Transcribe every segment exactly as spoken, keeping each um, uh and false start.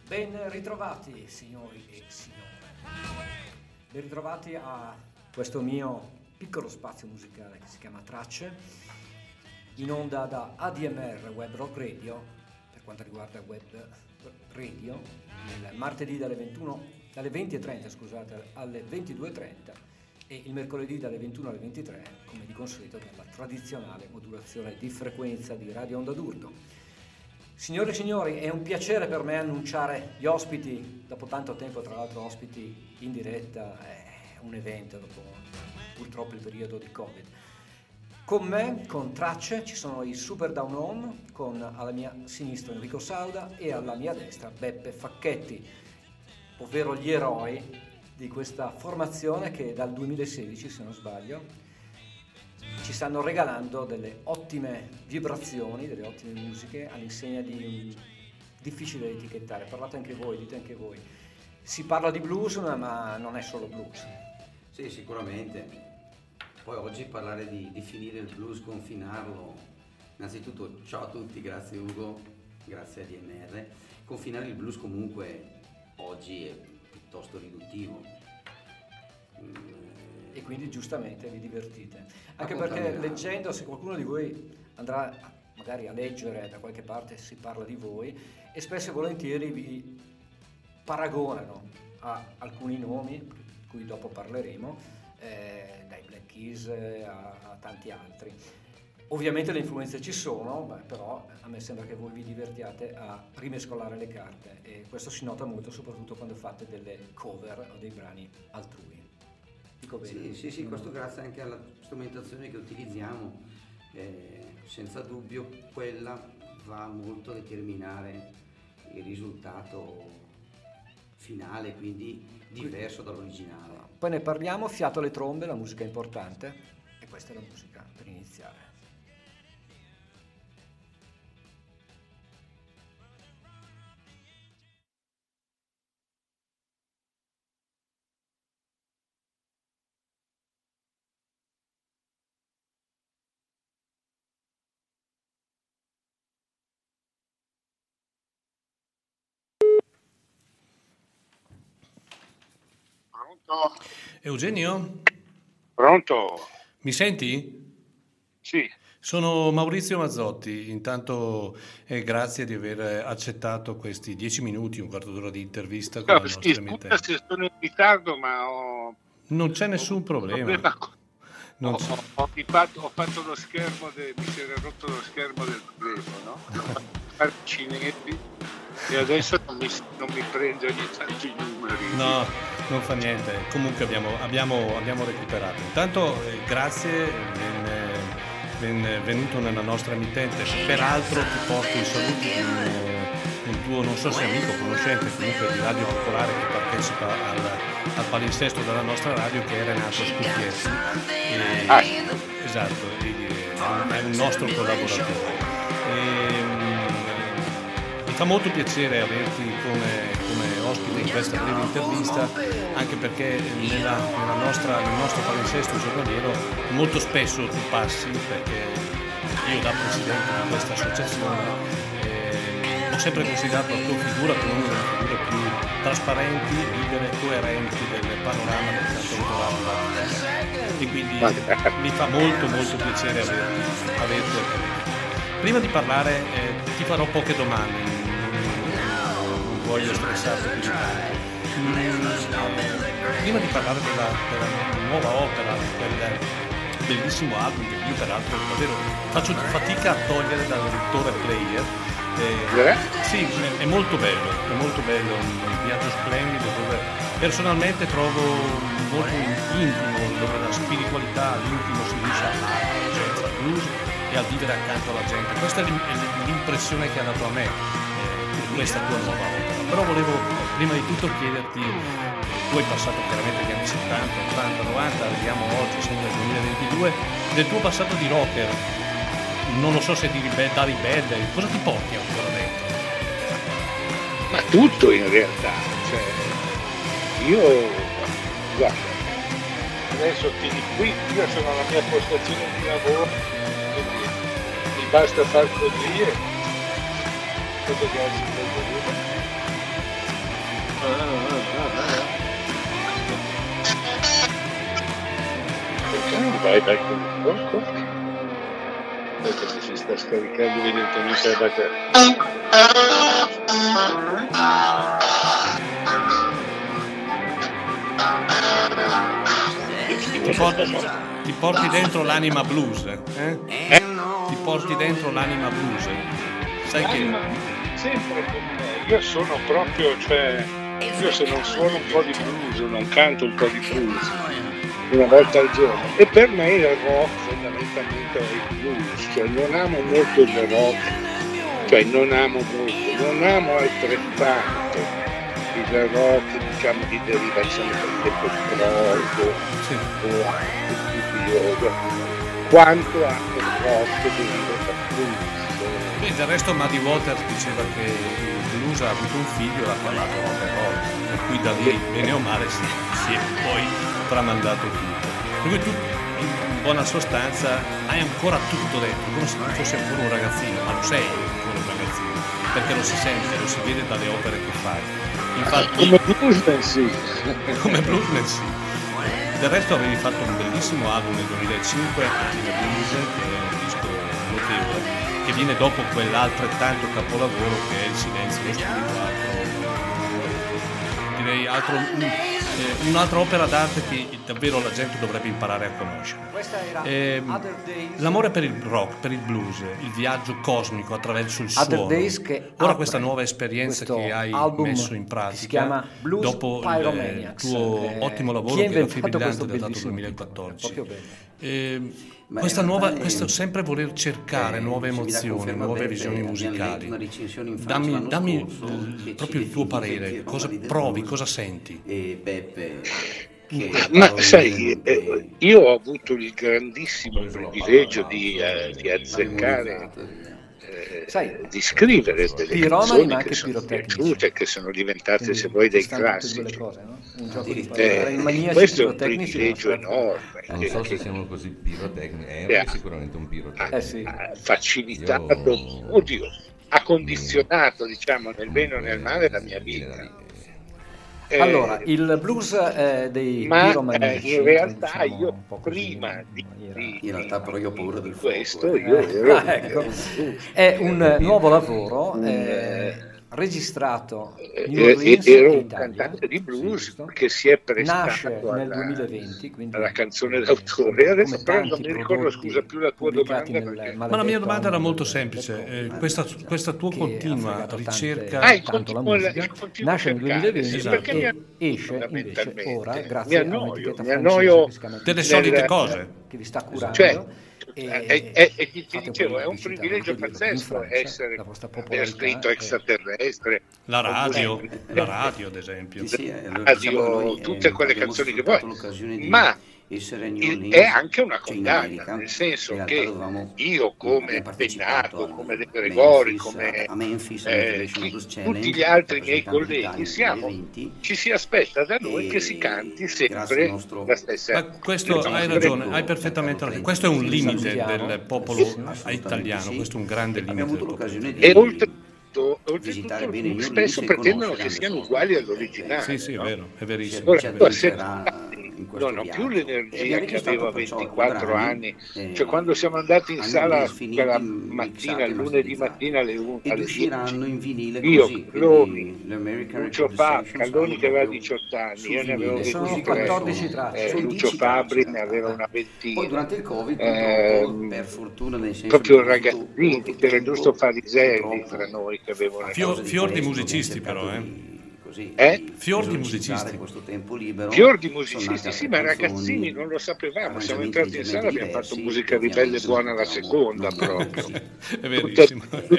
Ben ritrovati signori e signore, ben ritrovati a questo mio piccolo spazio musicale che si chiama Tracce, in onda da A D M R Web Rock Radio, per quanto riguarda Web Radio, il martedì dalle ventuno, dalle venti e trenta scusate, alle ventidue e trenta e il mercoledì dalle ventuno alle ventitré, come di consueto nella tradizionale modulazione di frequenza di Radio Onda d'Urto. Signore e signori, è un piacere per me annunciare gli ospiti, dopo tanto tempo tra l'altro ospiti in diretta, è un evento dopo purtroppo il periodo di Covid. Con me, con Tracce, ci sono i Super Down Home, con alla mia sinistra Enrico Sauda e alla mia destra Beppe Facchetti, ovvero gli eroi di questa formazione che dal duemilasedici, se non sbaglio, ci stanno regalando delle ottime vibrazioni, delle ottime musiche all'insegna di un difficile da etichettare. Parlate anche voi, dite anche voi. Si parla di blues, ma non è solo blues. Sì, sicuramente. Poi oggi parlare di definire il blues, confinarlo. Innanzitutto ciao a tutti, grazie Ugo, grazie a D M R. Confinare il blues comunque oggi è piuttosto riduttivo. E quindi giustamente vi divertite, anche perché leggendo, se qualcuno di voi andrà magari a leggere da qualche parte si parla di voi, e spesso e volentieri vi paragonano a alcuni nomi, di cui dopo parleremo, eh, dai Black Keys a, a tanti altri. Ovviamente le influenze ci sono, beh, però a me sembra che voi vi divertiate a rimescolare le carte, e questo si nota molto soprattutto quando fate delle cover o dei brani altrui. Sì, sì, sì, questo grazie anche alla strumentazione che utilizziamo, eh, senza dubbio quella va molto a determinare il risultato finale, quindi diverso dall'originale. Poi ne parliamo, fiato alle trombe, la musica è importante, e questa è la musica per iniziare. Pronto? Eugenio? Pronto? Mi senti? Sì. Sono Maurizio Mazzotti, intanto eh, grazie di aver accettato questi dieci minuti, un quarto d'ora di intervista con No, la sì, nostra scusa emittente. se sono in ritardo, ma ho... Non c'è nessun ho, problema. con... Non ho, c'è... ho, ho, fatto, ho fatto lo schermo, de... mi si era rotto lo schermo del telefono, no? Cinesi, e adesso non mi, non mi prende ogni tanto i numeri. No, non fa niente, comunque abbiamo, abbiamo, abbiamo recuperato. Intanto eh, grazie, ben, ben venuto nella nostra emittente, peraltro ti porto i saluti di un, un tuo, non so se amico, conoscente, comunque di Radio Popolare che partecipa al, al palinsesto della nostra radio, che è Renato Scuffietti. E, ah. Esatto, è un nostro collaboratore. E, mi fa molto piacere averti come, come ospite in questa breve intervista, anche perché nella, nella nostra, nel nostro palinsesto giornaliero molto spesso tu passi, perché io da presidente di questa associazione eh, ho sempre considerato la tua figura come una delle figure più trasparenti, libere e coerenti del panorama del canto popolare, e quindi mi fa molto molto piacere averti, averti al telefono. Prima di parlare eh, ti farò poche domande, voglio stressarti più di tanto. Prima di parlare della, della nuova opera, di quel bellissimo album che io peraltro davvero faccio fatica a togliere dal lettore player, eh, eh? sì, è molto bello, è molto bello, un viaggio splendido dove personalmente trovo molto intimo, dove la spiritualità, l'intimo si unisce all'arte, al jazz, al blues e al vivere accanto alla gente. Questa è l'impressione che ha dato a me eh, questa tua nuova opera. Però volevo prima di tutto chiederti, tu hai passato chiaramente gli anni settanta, ottanta, novanta, arriviamo oggi, siamo nel duemilaventidue, del tuo passato di rocker, non lo so se di ribe- da ribelle, cosa ti porti ancora dentro? Ma tutto in realtà, cioè, io, guarda, adesso ti dico, qui io sono alla mia postazione di lavoro, quindi mi basta far così e tutto che vai, vai con il fuoco. Aspetta che si sta scaricando evidentemente la batteria. Ti porti, ti porti dentro l'anima blues, eh? Eh? Ti porti dentro l'anima blues. Sai L'anima che sempre con me. Io sono proprio, cioè, io se non suono un po' di blues, non canto un po' di blues una volta al giorno. E per me il rock fondamentalmente è il blues, cioè non amo molto il rock, cioè non amo molto, non amo altrettanto il rock, diciamo, di derivazione del petrolio, sì. o anche yoga, quanto anche il rock deriva dal blues. Beh, del resto Muddy Waters diceva che il blues ha avuto un figlio e l'ha chiamato rock and roll, per cui da lì, bene o male, si, si è poi tramandato tutto. Per cui tu, in buona sostanza, hai ancora tutto dentro, come se fossi ancora un ragazzino, ma lo sei ancora un ragazzino, perché lo si sente, lo si vede dalle opere che fai. Infatti, come bluesman sì. come bluesman sì. Del resto avevi fatto un bellissimo album nel duemilacinque, Atine Blues, che è un disco notevole, che viene dopo quell'altrettanto capolavoro che è Il silenzio e lo spirito, altro, direi altro, eh, un'altra opera d'arte che davvero la gente dovrebbe imparare a conoscere. Eh, l'amore per il rock, per il blues, il viaggio cosmico attraverso il suono. Ora questa nuova esperienza che hai messo in pratica, si chiama Blues dopo il tuo eh, ottimo lavoro che era Fibrillante, datato duemilaquattordici. Eh, questa nuova, questo sempre voler cercare nuove emozioni, nuove visioni musicali. Dammi, dammi proprio il tuo parere, cosa provi, cosa senti? Ma sai, eh, io ho avuto il grandissimo privilegio di, eh, di azzeccare, eh, Sai, di scrivere delle canzoni che sono piaciute, che sono diventate, se vuoi, dei classici. Cose, no? Un gioco di eh, questo è un privilegio enorme. Non so che, se siamo così pirotecnici, è eh, sicuramente un pirotecnico. Ha, eh sì. ha facilitato, Io... oddio, ha condizionato, diciamo, nel bene o nel male la mia vita. Eh, allora, il blues eh, dei ma piromaniaci, eh, in realtà diciamo, io prima di, di, in realtà però io ho paura del questo fuoco, io eh. ero, ah, ecco. È un nuovo lavoro eh, registrato New Orleans, ero un Italia, cantante di blues giusto? Che si è prestato nasce alla, nel duemilaventi, quindi alla canzone d'autore. Adesso però non mi ricordo, scusa, più la tua domanda perché... ma la mia domanda era molto semplice. Eh, questa, questa tua continua ricerca ah, il tanto la musica il nasce nel duemilaventi, esatto. Perché e esce invece ora grazie mi annoio, a mi annoio delle solite nel... cose che vi sta curando, cioè, e, e, e, e ti, ti dicevo, è un privilegio pazzesco essere aver scritto Extraterrestre, la radio, la radio ad esempio, sì, sì, la radio, tutte quelle canzoni che vuoi, ma il, è anche una condanna, nel senso che io come Bennato, come De Gregori, come eh, tutti gli altri miei colleghi siamo, ci si aspetta da noi che si canti sempre la stessa. Ma questo hai ragione, hai perfettamente ragione. Questo è un limite del popolo italiano, questo è un grande limite del popolo. E oltretutto, oltretutto spesso pretendono che siano uguali all'originale. Sì, sì, è vero, è verissimo. Ora, se non ho più l'energia che avevo a ventiquattro anni, cioè quando siamo andati in sala quella mattina, il lunedì mattina alle dieci, io, Cloni, Lucio Fabri, Calloni che aveva diciotto anni, io ne avevo ventitré, eh, Lucio Fabri ne aveva una ventina, poi durante il Covid, eh, per fortuna, nel senso proprio ragazzini, c'era giusto Fariselli tra noi che avevano fior, fior di musicisti però, eh. Eh? Fior di musicisti, fior di musicisti, sì, ma ragazzini non lo sapevamo. Siamo entrati in sala, abbiamo fatto musica ribelle buona la seconda proprio. È verissimo.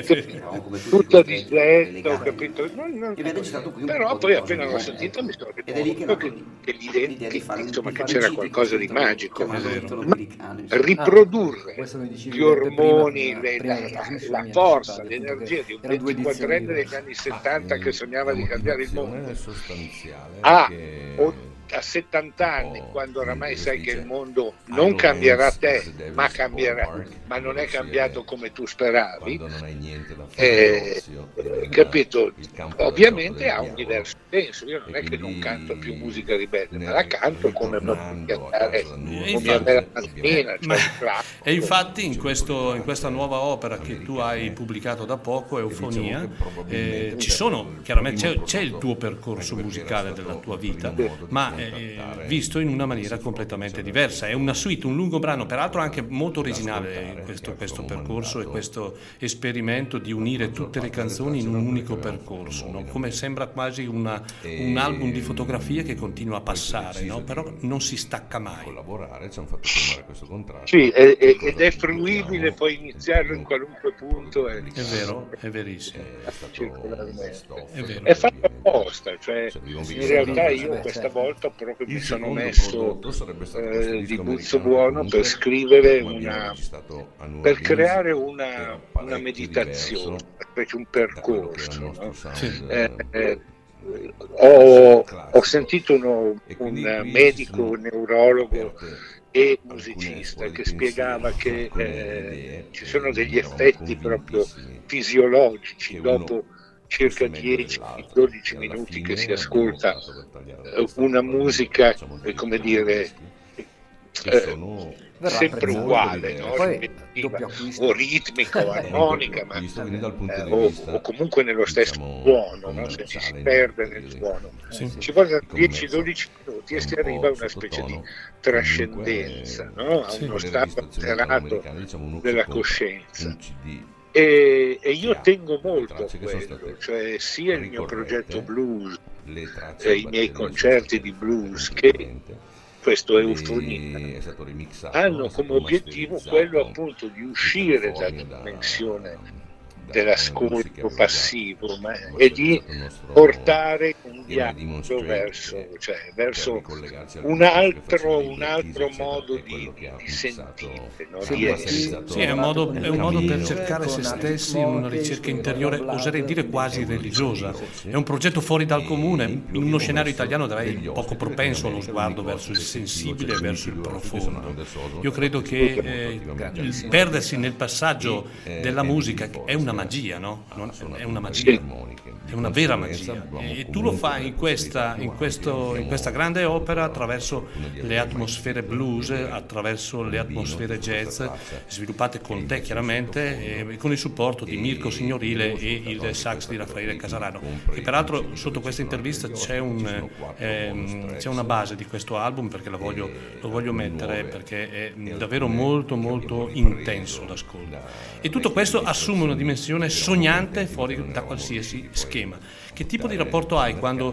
Tutta di getto, ho capito? Non, non, però poi appena l'ho sentita mi sono reso conto che, che gli denti, insomma, che c'era qualcosa di magico. Ma riprodurre gli ormoni, le, la, la forza, l'energia di un ventiquattrenne degli anni settanta che sognava di cambiare il mondo sostanziale ah, che... o a settanta anni, quando oramai sai che il mondo non cambierà te, ma cambierà, ma non è cambiato come tu speravi, eh, capito? Ovviamente ha un diverso senso. Io non è che non canto più musica ribelle, ma la canto come cantare come mattina, ma, e infatti in, questo, in questa nuova opera che tu hai pubblicato da poco, Eufonia, eh, ci sono chiaramente c'è, c'è il tuo percorso musicale della tua vita, ma eh, visto in una maniera completamente diversa. È una suite, un lungo brano, peraltro anche molto originale questo, questo percorso e questo esperimento di unire tutte le canzoni in un unico percorso, no? Come sembra quasi una, un album di fotografie che continua a passare, no? Però non si stacca mai. Sì, è, è, ed è fruibile, puoi iniziarlo in qualunque punto. È, è vero, è verissimo. È, vero. È fatto apposta, cioè in realtà io questa volta proprio mi sono messo eh, di buzzo buono per scrivere una, per creare una, una meditazione, perché un percorso, no? eh, eh, ho, ho sentito uno, un medico, un neurologo e musicista che spiegava che eh, ci sono degli effetti proprio fisiologici dopo circa dieci dodici minuti che si ascolta una musica, come dire, eh, sempre uguale, no? O ritmica o armonica, ma, eh, o, o comunque nello stesso suono, no? Se ci si perde nel suono, sì. Ci vogliono dieci dodici minuti e si arriva a una specie di trascendenza, no? A uno stato alterato della coscienza. E, e io tengo molto a quello, cioè sia il mio progetto blues, eh, i miei concerti di blues, che questo Eufonia hanno come obiettivo quello appunto di uscire dalla dimensione dell'ascolto passivo, ma e di portare un dialogo verso, cioè, verso un altro, un altro modo di, di sentire, no? Di essere. Sì, è un modo, è un modo per cercare se stessi in una ricerca interiore, oserei dire quasi religiosa. È un progetto fuori dal comune, in uno scenario italiano direi poco propenso allo sguardo verso il sensibile e verso il profondo. Io credo che eh, il perdersi nel passaggio della musica è una magia, no? Non, è una magia, è una vera magia, e tu lo fai in questa, in, questo, in questa grande opera attraverso le atmosfere blues, attraverso le atmosfere jazz sviluppate con te chiaramente, e con il supporto di Mirko Signorile e il sax di Raffaele Casarano. E peraltro sotto questa intervista c'è, un, ehm, c'è una base di questo album, perché la voglio, lo voglio mettere perché è davvero molto molto intenso l'ascolto, e tutto questo assume una dimensione sognante fuori da qualsiasi schema. Che tipo di rapporto hai quando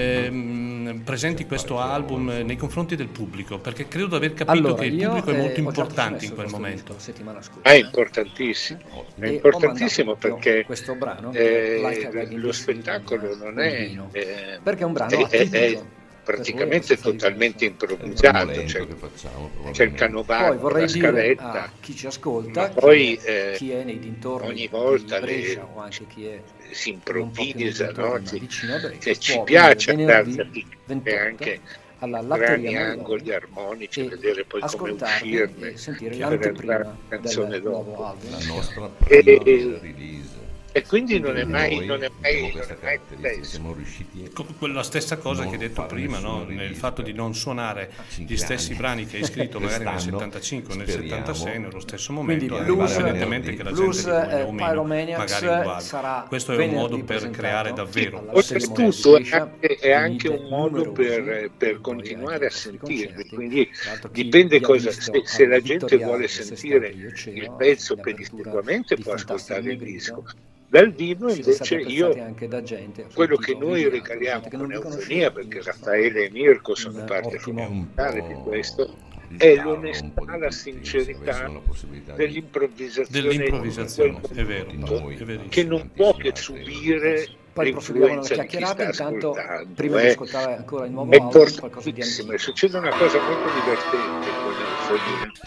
ehm, presenti questo album nei confronti del pubblico? Perché credo di aver capito allora, che il pubblico io, è molto eh, importante in quel momento. È importantissimo, è importantissimo perché questo brano, eh, lo spettacolo non è, eh, perché è un brano è, atipico. È, praticamente totalmente improvvisato, cioè, c'è il canovaccio, poi vorrei la scaletta, dire a chi ci ascolta, poi chi, è, eh, chi è nei dintorni ogni volta di Brescia, le, o anche chi è si improvvisa, no? Ci, Brescia, cioè, ci piace andarsi a piccare anche alla grandi angoli armonici, e vedere poi come uscirne, e sentire per l'anteprima la canzone del dopo. nuovo album. La nostra E, prima release. E quindi non è mai, non è mai, non è mai stesso. Siamo riusciti La stessa cosa che hai detto prima, no? Nel fatto di non suonare gli stessi brani che hai scritto magari nel settantacinque o nel settantasei nello stesso momento, blues, evidentemente che la blues, gente li voglia o meno, magari uguale. Questo è un modo per creare davvero. Oltretutto è anche, è anche un modo per, per continuare a sentirli, quindi dipende cosa, se, se la gente vuole sentire il pezzo pedissequamente può ascoltare il disco. Dal vivo invece io, quello che noi regaliamo con Eufonia, perché Raffaele e Mirko sono parte fondamentale di questo, è l'onestà, la sincerità dell'improvvisazione, dell'improvvisazione è vero, è vero, che non può che subire poi proseguiamo la chiacchierata. Intanto, prima di ascoltare ancora il nuovo è album, qualcosa di antico. Succede una cosa molto divertente con Eufonia,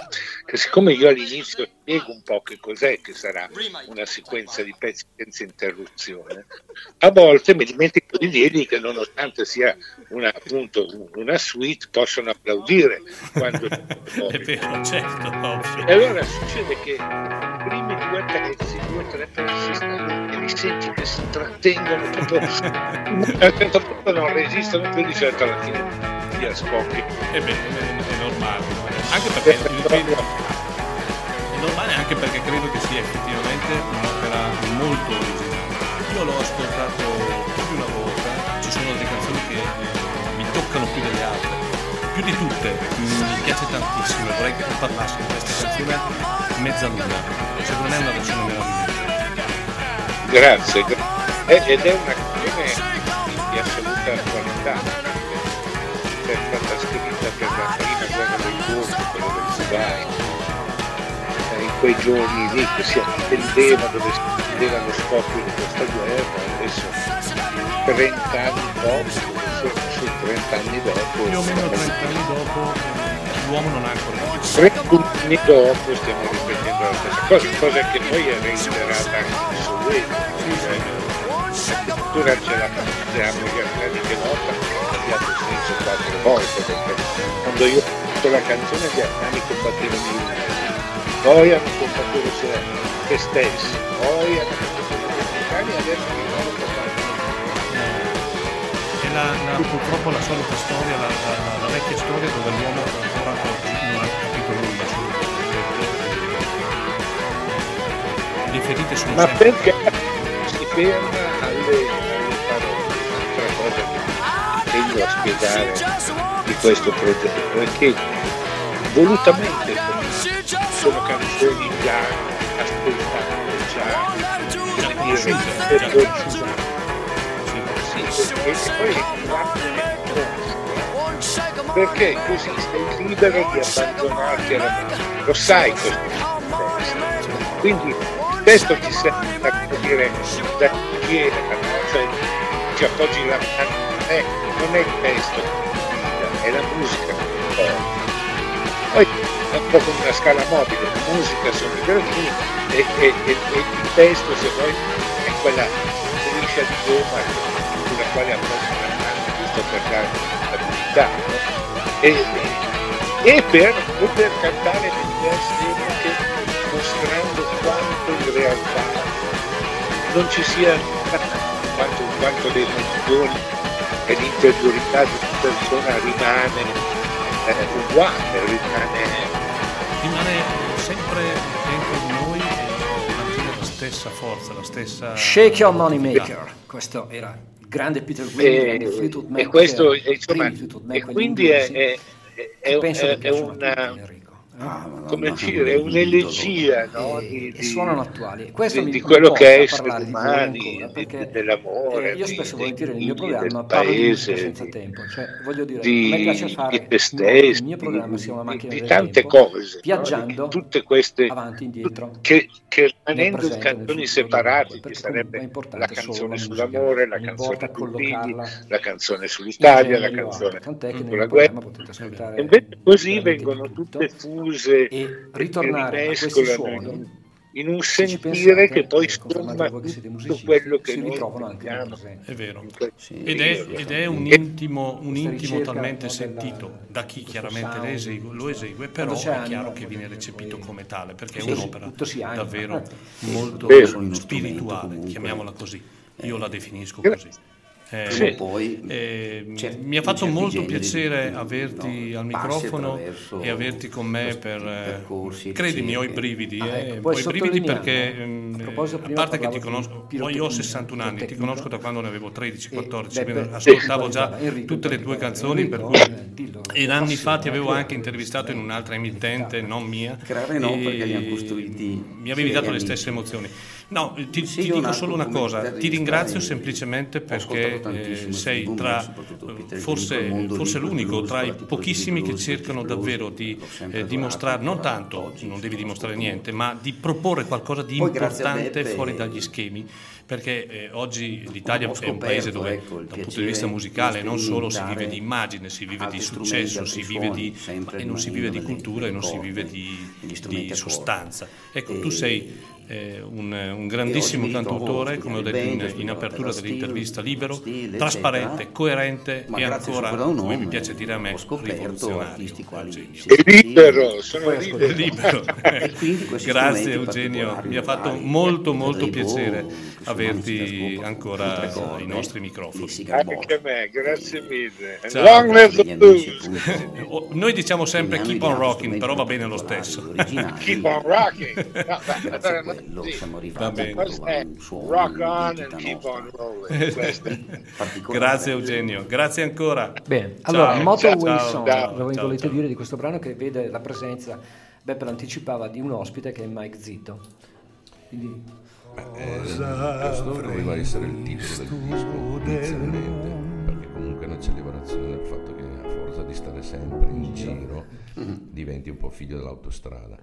che siccome io all'inizio spiego un po' che cos'è che sarà una sequenza di pezzi senza interruzione, a volte mi dimentico di dirgli che nonostante sia una, appunto, una suite, possono applaudire quando è vero, certo, ovvio. E allora succede che i primi due pezzi, due o tre pezzi stanno e li senti che si trattengono proprio a un certo punto non resistono più, di certo alla fine via scopri. È bene, è normale, anche perché è normale, anche perché credo che sia effettivamente un'opera molto originale. Io l'ho ascoltato più di una volta, ci sono delle canzoni che mi toccano più delle altre, più di tutte, mi piace tantissimo, vorrei che parlassi di questa canzone Mezzaluna, secondo me è una versione meravigliosa. Grazie, ed è una canzone di assoluta qualità, è stata scritta per la prima guerra dei turchi, quella del Kuwait, in quei giorni lì che si attendeva, dove si attendeva lo scoppio di questa guerra. Adesso trenta anni dopo, su trenta anni dopo, più o meno trenta anni dopo, l'uomo non ha ancora capito. trentuno anni dopo stiamo ripetendo la stessa cosa, cosa che poi è reiterata anche in Soweto. Addirittura ce la facciamo gli afghani che lottano, che ha cambiato il senso quattro volte, perché quando io ho fatto la canzone gli afghani combattevano in poi hanno combattuto se stessi, poi hanno combattuto gli americani e adesso di nuovo combattono. È la, la, purtroppo la solita storia, la, la, la vecchia storia dove l'uomo ancora non ha capito nulla. Le ferite sono Ma sempre... perché si ferma alle, alle parole? Un'altra cosa che tengo a spiegare di questo progetto è che volutamente sono canzoni già ascoltate, già dire e poi perché così sei libero di abbandonarti alla musica, lo sai questo testo, quindi il testo ti serve da dire da chiedere, no? Cioè ci appoggi la mano, eh, non è il testo è la musica che porta. Poi è un po' come una scala mobile, la musica sono i gradini e, e, e, e il testo, se vuoi, è quella striscia di gomma sulla quale appoggi la mano giusto per dare stabilità, no? e, e, per, e per cantare le diverse epoche, mostrando quanto in realtà non ci sia quanto, quanto le emozioni e l'interiorità di una persona rimane eh, uguale, rimane rimane sempre dentro di noi e mantiene la stessa forza, la stessa... Shake Your Money Maker, questo era grande Peter Green, e, Fleetwood Mac, e questo insomma, Mac, e quindi è, è, è, penso è, che è una tutti, Enrico. Ah, come dire, è un'elegia, no? e, di, e suonano attuali. Questo di, mi, di quello mi che è essere umani, ancora, perché, dell'amore, eh, io spesso di, volentieri nel di, mio programma del parlo paese, di senza di, tempo, cioè voglio dire, di, a me piace fare di te in modo che stessi, il mio programma sia una macchina di, del di tante tempo, cose, viaggiando, no? Tutte queste avanti, indietro, che, che rimanendo presente, canzoni separate, che che sarebbe la canzone la sull'amore, la non canzone importa sui figli, collocarla la canzone sull'Italia, la in genere o canzone altro, tant'è che nel sulla programma guerra, potete ascoltare e invece così veramente vengono di tutto. tutte fuse E ritornare a questi suoni, in, in un se ci sentire pensate, che poi eh, somma confermate voi che tutto siete musicisti, quello che si noi ritrovano anche nel abbiamo. presente. È vero. Sì, Ed è, ed è un intimo, un Questa intimo ricerca, talmente no, della- sentito da chi questo chiaramente sound, le esegue, lo questo- esegue, però quando c'è è anima, chiaro che vuol viene dire recepito poi- come tale, perché Sì, è un'opera tutto si anima. davvero Eh. molto, Vero. molto Uno spirituale, strumento comunque. chiamiamola così. Io la definisco Grazie. così. Eh, Prima o poi, eh, cer- mi ha fatto certi molto generi, piacere no, averti al passi microfono attraverso e averti con me questi per eh, percorsi, credimi, ho i ricerche. brividi, Ah, eh, ecco, poi ho i brividi sottolineiamo, perché a ehm, proposito, a prima parte che ti parlavo di conosco, poi pirotecnia, io ho sessantuno anni, ti pirotecnica. conosco da quando ne avevo tredici quattordici, E quindi Beppe ascoltavo già particolare, Enrico tutte le tue particolare. canzoni, per Enrico, cui eh, dillo, e anni fa ti passione, avevo creare anche intervistato in un'altra questi- emittente, non mia. Creare no, e perché li hanno costruiti mi avevi dato le amici. stesse emozioni. No, ti, Sì, ti un dico altro solo una come cosa, ti chitarrista ringrazio e semplicemente ho perché ascoltato tantissimo eh, sei Steve tra, Boomer, soprattutto Peter forse, Green, mondo forse di l'unico blues, tra i con la tipologia pochissimi di che blues, cercano blues, davvero di l'ho sempre eh, dimostrare, adorato, non tanto, oggi non devi lo dimostrare ascolto niente, molto. ma di proporre qualcosa di Poi, grazie a importante Beppe, fuori dagli schemi, perché eh, oggi l'Italia ho è un paese scoperto, dove ecco, il dal punto di piacere vista di musicale non solo si vive sperimentare di immagine, si vive di altri successo, strumenti, si altri vive suoni, di, sempre e non si vive di rimanendo cultura nelle e non si corde, vive di, negli strumenti di a corda. sostanza. Ecco, E- tu sei eh, un, un e oggi grandissimo mi ritrovo cantautore, a come ho studiare detto il banjo, in, ho in studiato apertura la steel, dell'intervista, libero, steel, trasparente, eccetera. coerente Ma e grazie ancora, sopra da un come mi nome, piace dire a me, ho scoperto rivoluzionario. artisti quali Eugenio. Sissi libero, sono Poi libero. Libero. E quindi questi Grazie strumenti Eugenio, particolari, mi ha fatto modali, molto Peter molto Ribot, piacere che sono averti anzi da scopa, ancora tutte corde, ai nostri dei microfoni. cigar box, Anche a me, grazie che- mille. And Ciao. long live the degli amici, blues. appunto, Oh, Noi diciamo sempre che mi hanno keep on ideato rocking, però va bene lo strumenti stesso. particolari, Keep on originali. rocking. No, beh, Grazie a allora, quello sì. siamo Va arrivati bene. a Questo trovare è un suono rock on di and vita keep nostra. on rolling. Questo. Particolare. Grazie Eugenio, grazie ancora. Bene, Ciao. allora Motorway Ciao, Song, ciao, cosa mi ciao, volete ciao. dire di questo brano che vede la presenza, Beppe l'anticipava, di un ospite che è Mike Zito. Quindi Eh, questo doveva essere il titolo del disco inizialmente, perché comunque è una celebrazione del fatto che a forza di stare sempre in giro diventi un po' figlio dell'autostrada.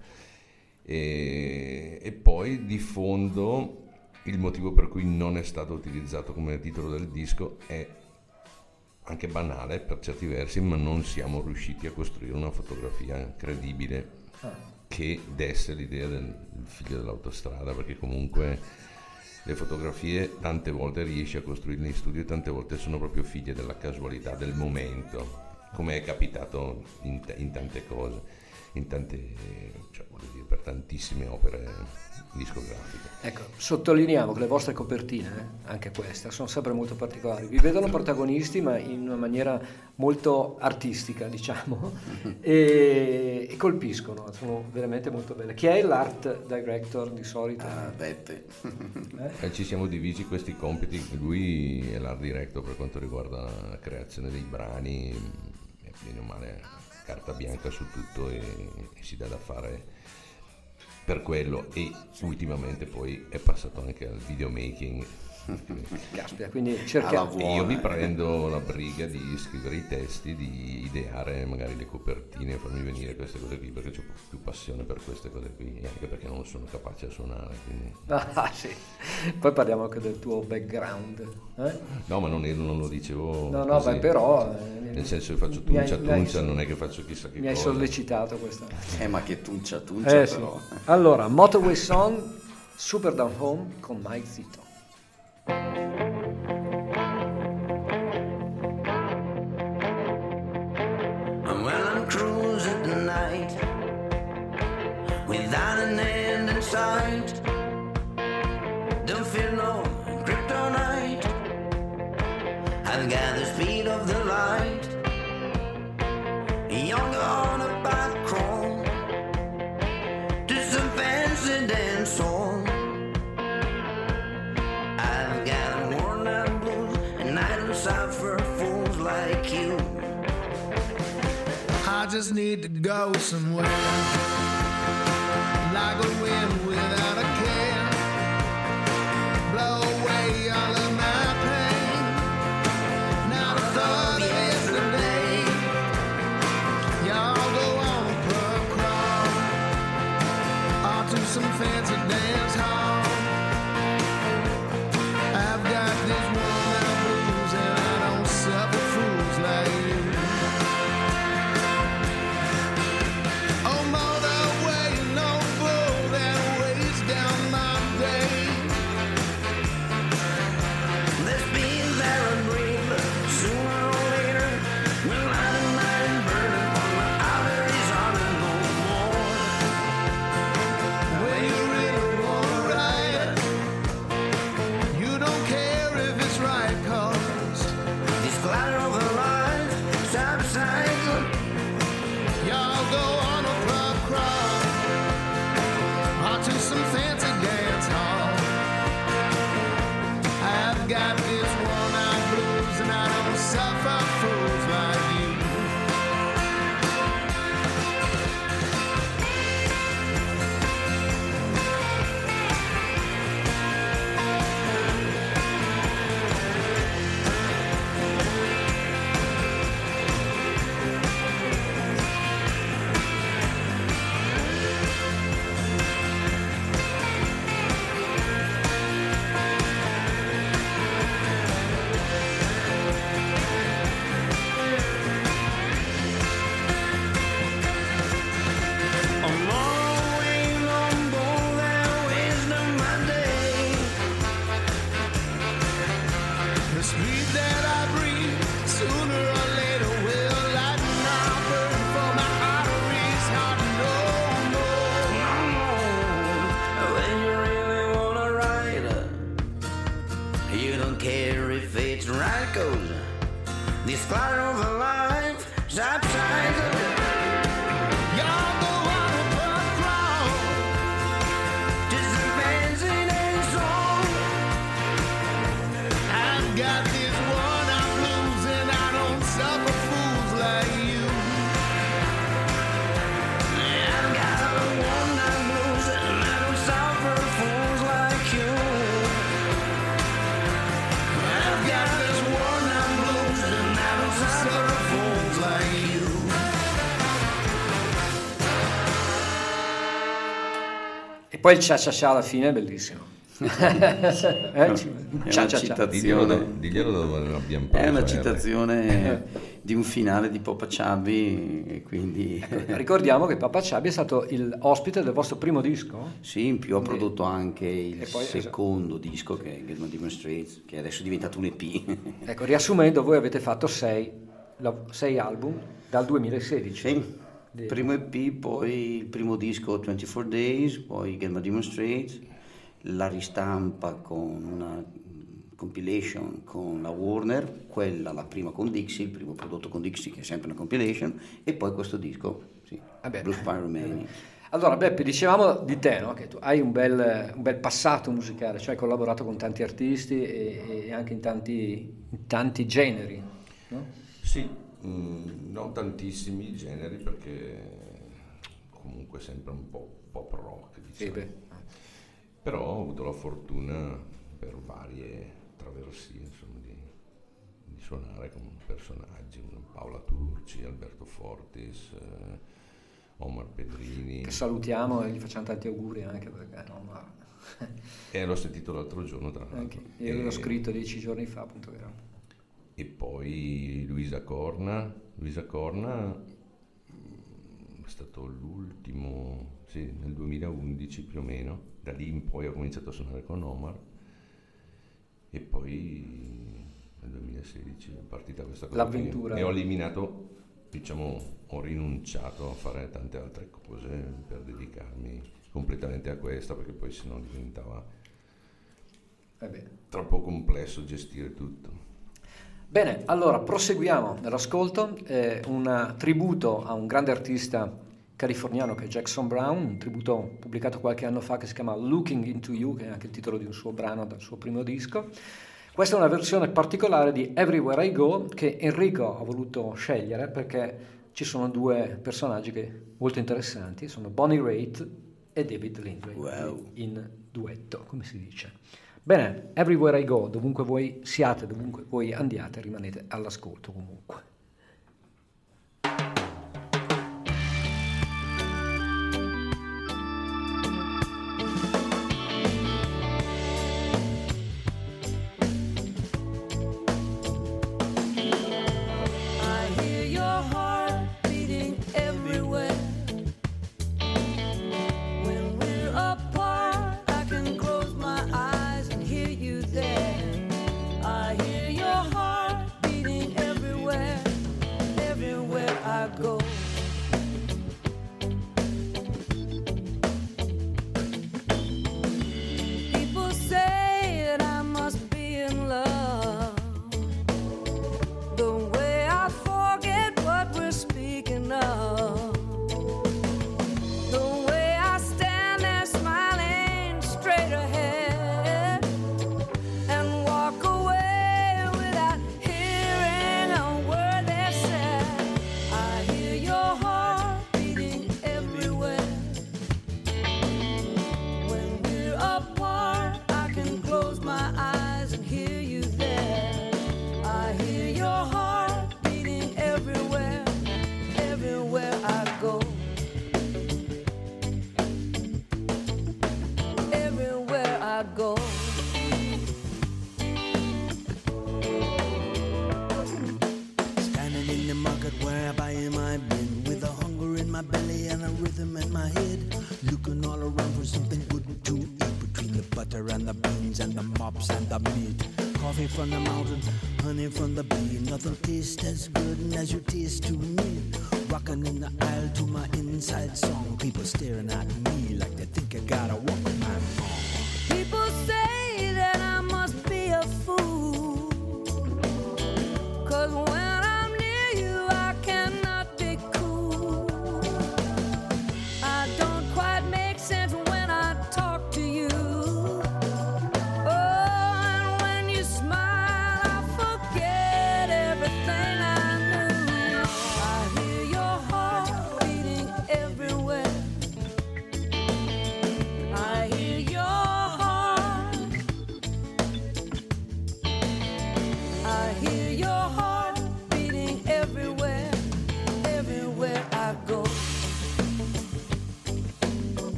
E, e poi di fondo il motivo per cui non è stato utilizzato come titolo del disco è anche banale per certi versi, ma non siamo riusciti a costruire una fotografia credibile che desse l'idea del figlio dell'autostrada, perché comunque le fotografie tante volte riesci a costruirle in studio e tante volte sono proprio figlie della casualità, del momento, come è capitato in, t- in tante cose, in tante, cioè, voglio dire, per tantissime opere discografiche. ecco, sottolineiamo che le vostre copertine, eh, anche queste, sono sempre molto particolari. Vi vedono protagonisti, ma in una maniera molto artistica, diciamo, e, e colpiscono, sono veramente molto belle. Chi è l'art director di solito? Ah, Beppe. Eh? Eh, ci siamo divisi questi compiti, lui è l'art director per quanto riguarda la creazione dei brani, è bene o male carta bianca su tutto e, e si dà da fare per quello, e ultimamente poi è passato anche al videomaking. Caspita, quindi Alla cerchiamo. buona. E io mi prendo la briga di scrivere i testi, di ideare magari le copertine, farmi venire queste cose qui, perché ho più passione per queste cose qui, e anche perché non sono capace a suonare, quindi... Ah, sì. Poi parliamo anche del tuo background. Eh? No, ma non, non lo dicevo No, no, così. beh, però... eh, Nel senso che faccio mi hai- tuncia mi hai- tuncia, non è che faccio chissà che Mi hai cosa. sollecitato questa. Eh, ma che tuncia, tuncia Eh, sì. però. Allora, Motorway Song, Super Down Home con Mike Zito. And when I'm cruising tonight, without an end in sight, don't feel no kryptonite. I've got the speed of the light, younger on a back crawl to some fancy dance hall. I've got a worn out blues, and I don't suffer fools like you. I just need to go somewhere, like a wind without a care, blow away all of my pain. Now the thought of yesterday, y'all go on a pub crawl, or to some fancy dance hall. I've got this worn out blues, and I don't suffer fools like you. Oh, motorway, no bull that weighs down my day. The speed that I breathe, sooner or later, will light a night and burn it on the arteries on and no more. When you really wanna ride, you don't care if it's right, 'cause This clatter of the lines, stop cycle, y'all go on a pub crawl, or to some fancy dance hall. I've got this worn out blues, and I don't suffer fools like you. This cloud of a life subsides a little. You're the one who put wrong. Just a fascinating song. I've got this one I'm losing. I don't suffer fools like you. I've got a one I'm losing. I don't suffer fools like you. I've got this one I'm losing. I don't suffer fools like you. E poi il cia cia cia alla fine è bellissimo. eh? È Cia una cia cia. citazione, Diglielo da dove ne abbiamo preso. è una R. citazione di un finale di Papa Chubby, e quindi Ricordiamo che Papa Chubby è stato il ospite del vostro primo disco. sì, in più ho prodotto anche il E poi, secondo disco che è Get My Demonstrates, che adesso è diventato un E P. Ecco, riassumendo, voi avete fatto sei, la- sei album dal duemilasedici. Sì, il primo E P, poi il primo disco ventiquattro Days, poi Get My Demonstrates, la ristampa con una compilation con la Warner, quella la prima con Dixie, il primo prodotto con Dixie che è sempre una compilation, e poi questo disco, sì, Vabbè. Blue Spy Remaining. Allora Beppe, dicevamo di te, no? Che tu hai un bel, un bel passato musicale, cioè hai collaborato con tanti artisti e, e anche in tanti, in tanti generi, no? Sì, mm, non tantissimi generi perché comunque sempre un po' pop rock, Sì, diciamo. beh. Però ho avuto la fortuna per varie traversie insomma, di, di suonare con personaggi, Paola Turci, Alberto Fortis, eh, Omar Pedrini. Che salutiamo e gli facciamo tanti auguri anche perché no, ma... E l'ho sentito l'altro giorno tra l'altro. anche io l'ho E- scritto dieci giorni fa appunto che era. E poi Luisa Corna, Luisa Corna mm, è stato l'ultimo, sì, nel duemilaundici più o meno, da lì in poi ho cominciato a suonare con Omar e poi nel duemilasedici è partita questa cosa L'avventura. qui. E ho eliminato, diciamo, ho rinunciato a fare tante altre cose per dedicarmi completamente a questa perché poi sennò diventava Vabbè. troppo complesso gestire tutto. Bene, allora proseguiamo nell'ascolto, eh, un tributo a un grande artista californiano che è Jackson Brown, un tributo pubblicato qualche anno fa che si chiama Looking Into You, che è anche il titolo di un suo brano dal suo primo disco. Questa è una versione particolare di Everywhere I Go che Enrico ha voluto scegliere perché ci sono due personaggi che, molto interessanti, sono Bonnie Raitt e David Lindley, Wow. in duetto, come si dice. Bene, Everywhere I Go, dovunque voi siate, dovunque voi andiate, rimanete all'ascolto comunque. I hear your heart beating everywhere. When we're apart, I can close my eyes and hear you there. I hear your heart beating everywhere, everywhere I go. People say that I must be in love. The way I forget what we're speaking of. The way I stand there smiling straight ahead and walk away without hearing a word they said. I hear your heart beating everywhere. When we're apart, I can close my eyes and hear you there. I hear your heart beating everywhere, everywhere I go. Everywhere I go. Standing in the market where I buy my bin, with a hunger in my belly and a rhythm in my head, looking all around for something good to eat, between the butter and the beans and the mops and the meat. Coffee from the mountain, honey from the bee, nothing tastes as good as you taste to me. Rocking in the aisle to my inside song, people staring at me like they think I got a Walkman on. People say that I must be a fool, 'cause when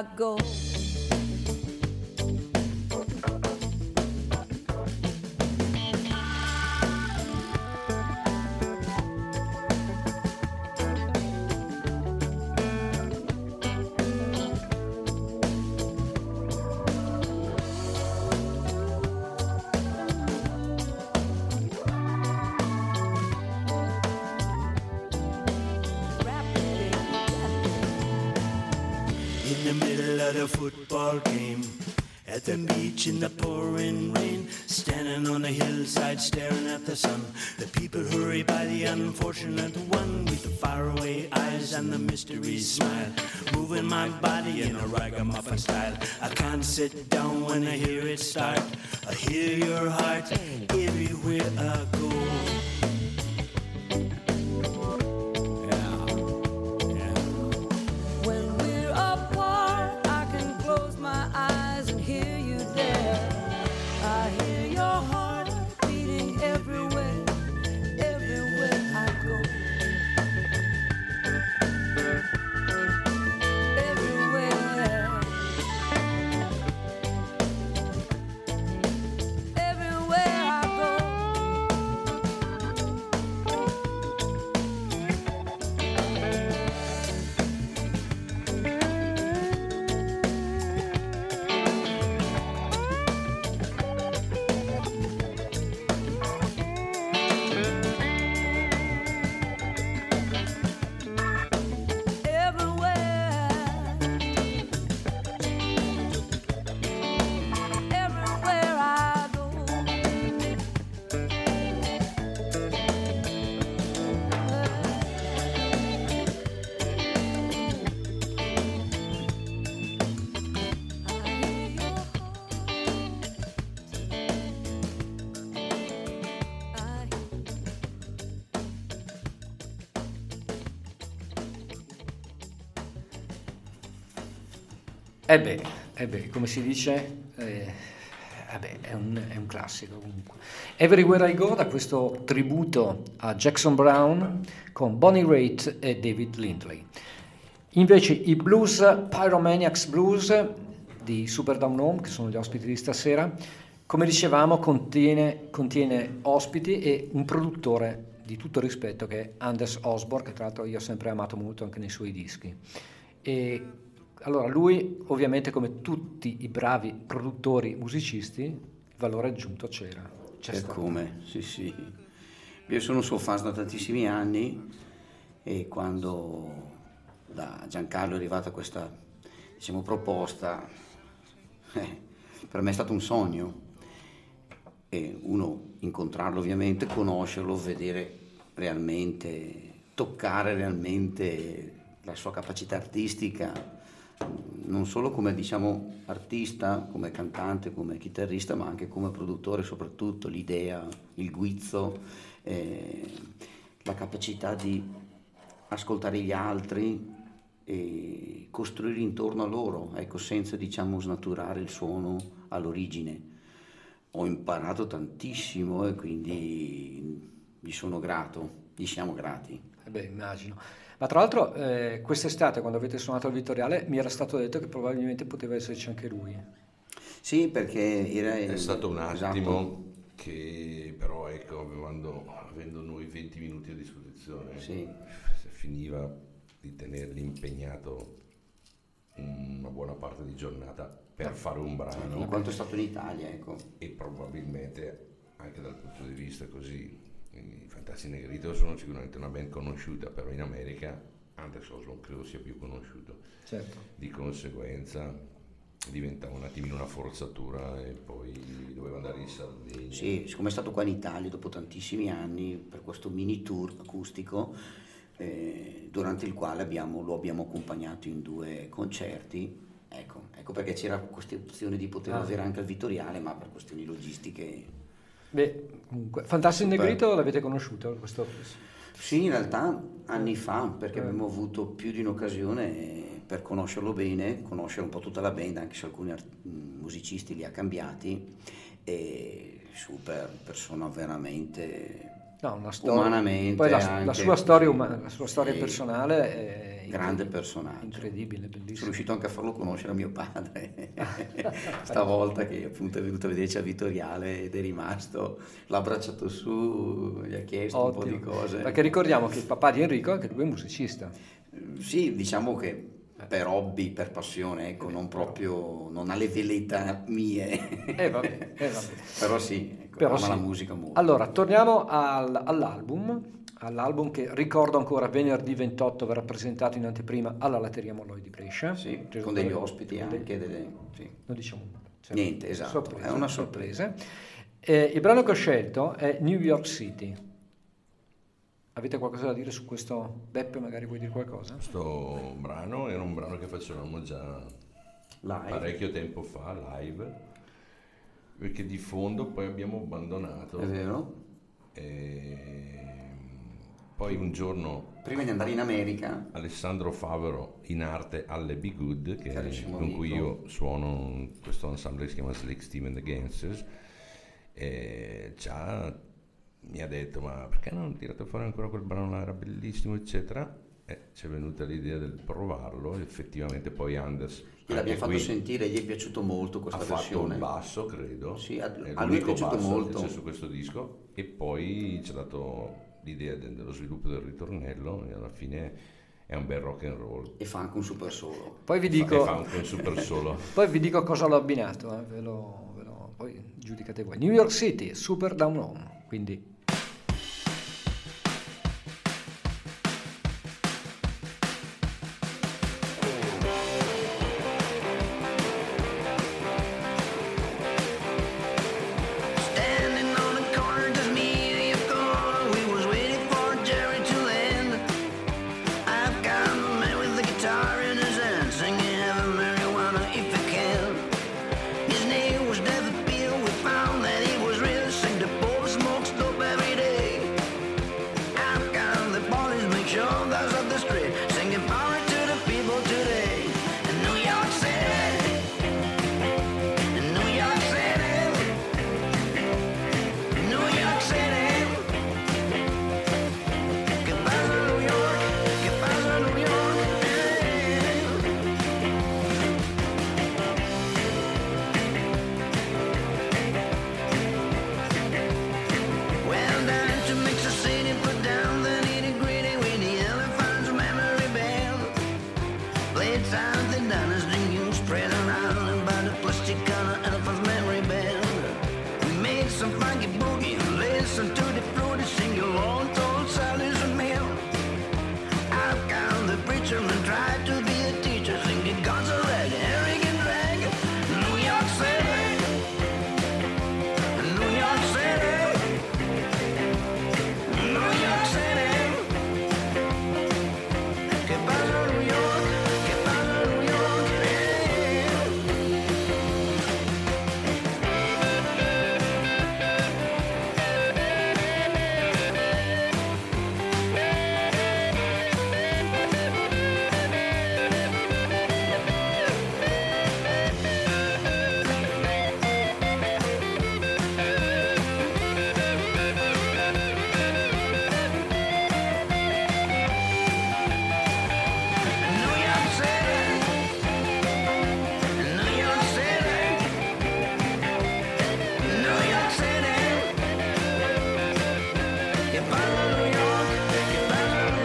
I go. In the middle of the football game, at the beach in the pouring rain, standing on the hillside staring at the sun, the people hurry by the unfortunate one with the faraway eyes and the mystery smile, moving my body in a ragamuffin style. I can't sit down when I hear it start. I hear your heart everywhere I go. When we're apart, I can close my eyes and hear you there. I hear your heart beating everywhere, everywhere I go. Everywhere. Everywhere I go. Everywhere I go. I hear your heart. E beh, eh beh, come si dice, eh, vabbè, è, un, è un classico comunque. Everywhere I Go, da questo tributo a Jackson Brown con Bonnie Raitt e David Lindley. Invece i blues, Pyromaniacs Blues di Super Down Home, che sono gli ospiti di stasera, come dicevamo contiene, contiene ospiti e un produttore di tutto rispetto che è Anders Osborne, che tra l'altro io ho sempre amato molto anche nei suoi dischi. E allora lui, ovviamente, come tutti i bravi produttori musicisti, il valore aggiunto c'era. C'è E stato. come, sì sì. Io sono un suo fan da tantissimi anni e quando da Giancarlo è arrivata questa, diciamo, proposta, eh, per me è stato un sogno. E uno, incontrarlo ovviamente, conoscerlo, vedere realmente, toccare realmente la sua capacità artistica, non solo come, diciamo, artista, come cantante, come chitarrista, ma anche come produttore, soprattutto l'idea, il guizzo, eh, la capacità di ascoltare gli altri e costruire intorno a loro, ecco, senza, diciamo, snaturare il suono all'origine. Ho imparato tantissimo e quindi gli sono grato, gli siamo grati. Eh beh, immagino. Ma tra l'altro eh, quest'estate, quando avete suonato al Vittoriale, mi era stato detto che probabilmente poteva esserci anche lui. Sì, perché era... È stato un attimo esatto. che però, ecco, avendo, avendo noi venti minuti a disposizione, Sì. finiva di tenerli impegnato una buona parte di giornata per fare un brano. In quanto è stato in Italia, ecco. E probabilmente anche dal punto di vista così, i Fantastic Negrito sono sicuramente una band conosciuta, però in America Anders Osborne credo sia più conosciuto. Certo. Di conseguenza diventava un attimino una forzatura e poi doveva andare in Sardegna. Sì, siccome è stato qua in Italia dopo tantissimi anni per questo mini tour acustico, eh, durante il quale abbiamo, lo abbiamo accompagnato in due concerti. Ecco, ecco perché c'era questa opzione di poterlo Ah. avere anche al Vittoriale, ma per questioni logistiche. Beh, comunque, Fantastic Super. Negrito l'avete conosciuto? Questo... Sì, in realtà anni fa, perché Eh. abbiamo avuto più di un'occasione per conoscerlo bene, conoscere un po' tutta la band, anche se alcuni art- musicisti li ha cambiati. E super, persona veramente No, una storia. umanamente Poi la, la anche, sua storia, sì. umana, la sua storia Sì. personale è grande personaggio, incredibile, bellissimo. Sono riuscito anche a farlo conoscere a mio padre stavolta, che appunto è venuto a vederci a Vittoriale ed è rimasto, l'ha abbracciato su, gli ha chiesto Ottimo. un po' di cose, perché ricordiamo che il papà di Enrico anche lui è musicista. Sì, diciamo che per hobby, per passione, ecco, non proprio, non ha le velleità mie. Eh, vabbè, eh, vabbè. Però sì, ecco, Però ama sì. la musica molto. Allora, torniamo al- all'album, all'album che ricordo ancora venerdì ventotto verrà presentato in anteprima alla Latteria Molloy di Brescia. Sì, Cioè, con degli ospiti con anche, dei- delle, sì. Non diciamo nulla. Cioè, Niente, esatto, sorpresa, è una sorpresa. Eh, il brano che ho scelto è New York City. Avete qualcosa da dire su questo? Beppe, magari vuoi dire qualcosa? Questo brano era un brano che facevamo già Live. parecchio tempo fa, live, perché di fondo poi abbiamo abbandonato. È vero? E poi un giorno Prima di andare in America, Alessandro Favero, in arte alle Be Good, che Carissimo con cui amico. io suono in questo ensemble che si chiama Slick Steve and the Gangsters, e già mi ha detto: ma perché non tirate fuori ancora quel brano là, era bellissimo eccetera, e ci è venuta l'idea del provarlo. Effettivamente poi Anders gliel'abbiamo anche fatto qui sentire, gli è piaciuto molto ha questa fatto versione. il basso, credo, Sì, a- è a lui è l'unico piaciuto basso molto. che c'è su questo disco, e poi ci ha dato l'idea de- dello sviluppo del ritornello, e alla fine è un bel rock and roll. E fa anche un super solo. Poi vi Fa- dico, e fa anche un super solo. poi vi dico cosa l'ho abbinato, eh, ve lo, ve lo- poi giudicate voi. New York City, Super Down Home, quindi... Standing on the corner, just me and your corner. We was waiting for Jerry to land. I've got a man with a guitar in his hand, singing "Have a marijuana if you can." His name was David Beal. We found that he was real. Sing the bowl smoke dope every day. I've got the police make sure that's up the street, singing power to the people today. In New York City, in New York City. New York City. ¿Qué pasa New York? ¿Qué pasa New York? Well, down to Mexico City, put down the nitty-gritty with the elephant's memory band. Played something down as the news spread around about the plastic color elephant's memory band. We made some funky boogie and listened to the fruity sing along, told Sally's a meal. I've got the preacher and tried to be a teacher, singing God's a rag, Eric and drag. New York City, New York City, New York City. ¿Qué pasa New York? ¿Qué pasa New York? New York City, New York City, New York City. ¿Qué pasa New York? ¿Qué pasa New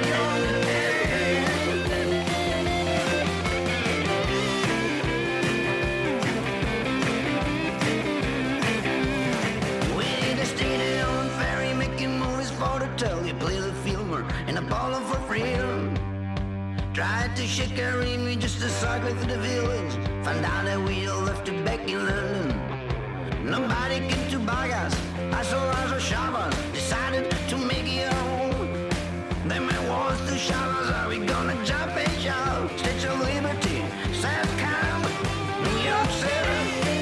York? We need a stay on ferry making movies for the telly, play the filmer and Apollo for free. Tried to shake her in just a cycle through the village. Found out that we all left it back in London. Nobody came to buy us. I saw us a shoppers. Decided to make it home. Then my was the showers. Are we gonna jump and shout? Statue of Liberty, South Camp, New York City.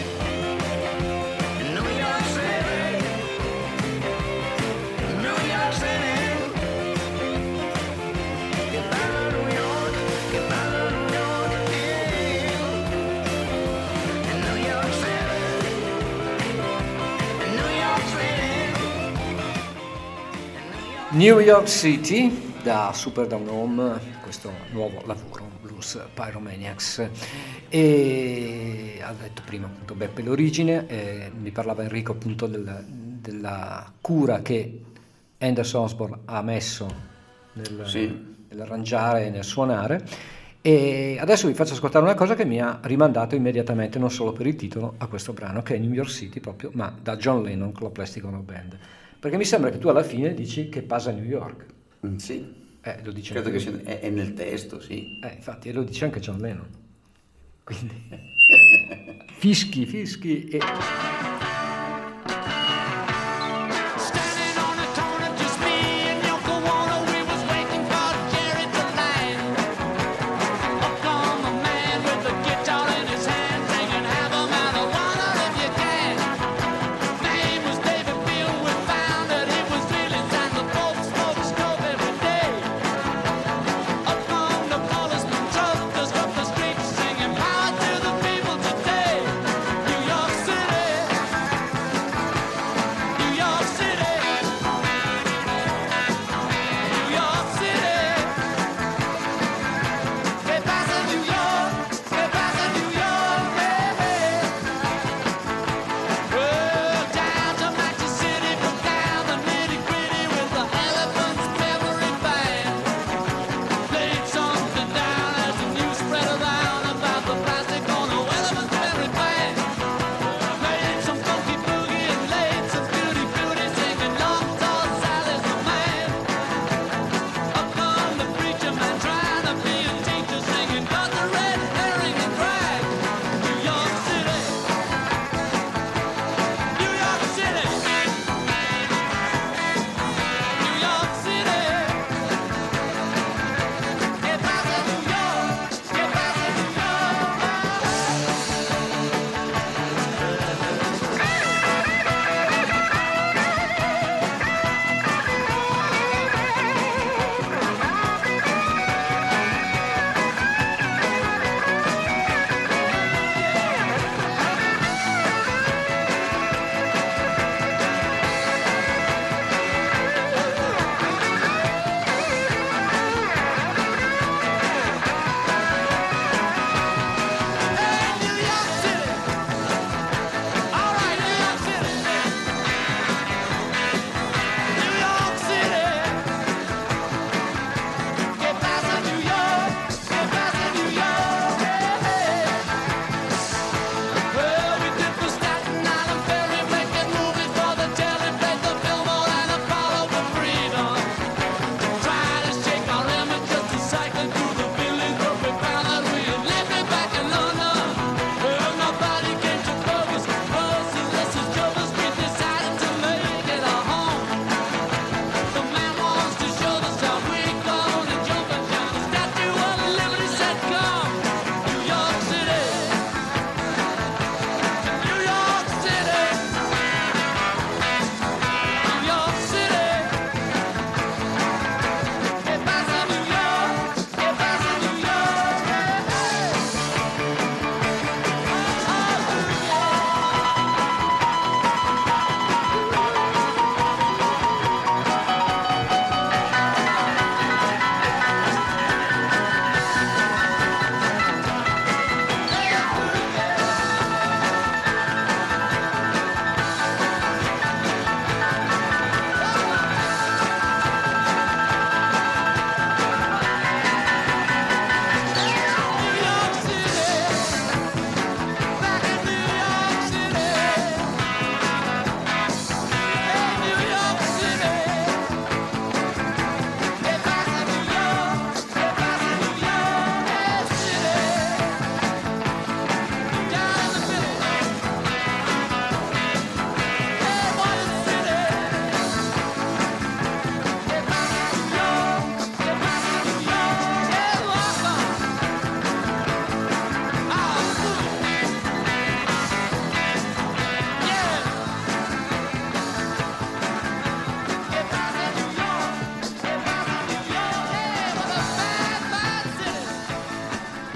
New York City. New York City. ¿Qué pasa New York? ¿Qué pasa New York? In New York City. In New York City. New York City, da Super Down Home, questo nuovo lavoro, Blues Pyromaniacs. E ha detto prima appunto Beppe l'origine, eh, mi parlava Enrico appunto del, della cura che Anderson Osborne ha messo nel, sì. nell'arrangiare e nel suonare. E adesso vi faccio ascoltare una cosa che mi ha rimandato immediatamente, non solo per il titolo, a questo brano, che è New York City proprio, ma da John Lennon con la Plastic Ono Band. Perché mi sembra che tu alla fine dici che passa a New York. Mm, sì, eh, lo dice credo che sia, è, è nel testo, sì. Eh, infatti, e lo dice anche John Lennon. Quindi, fischi, fischi e... Singing power to the people today. New York City.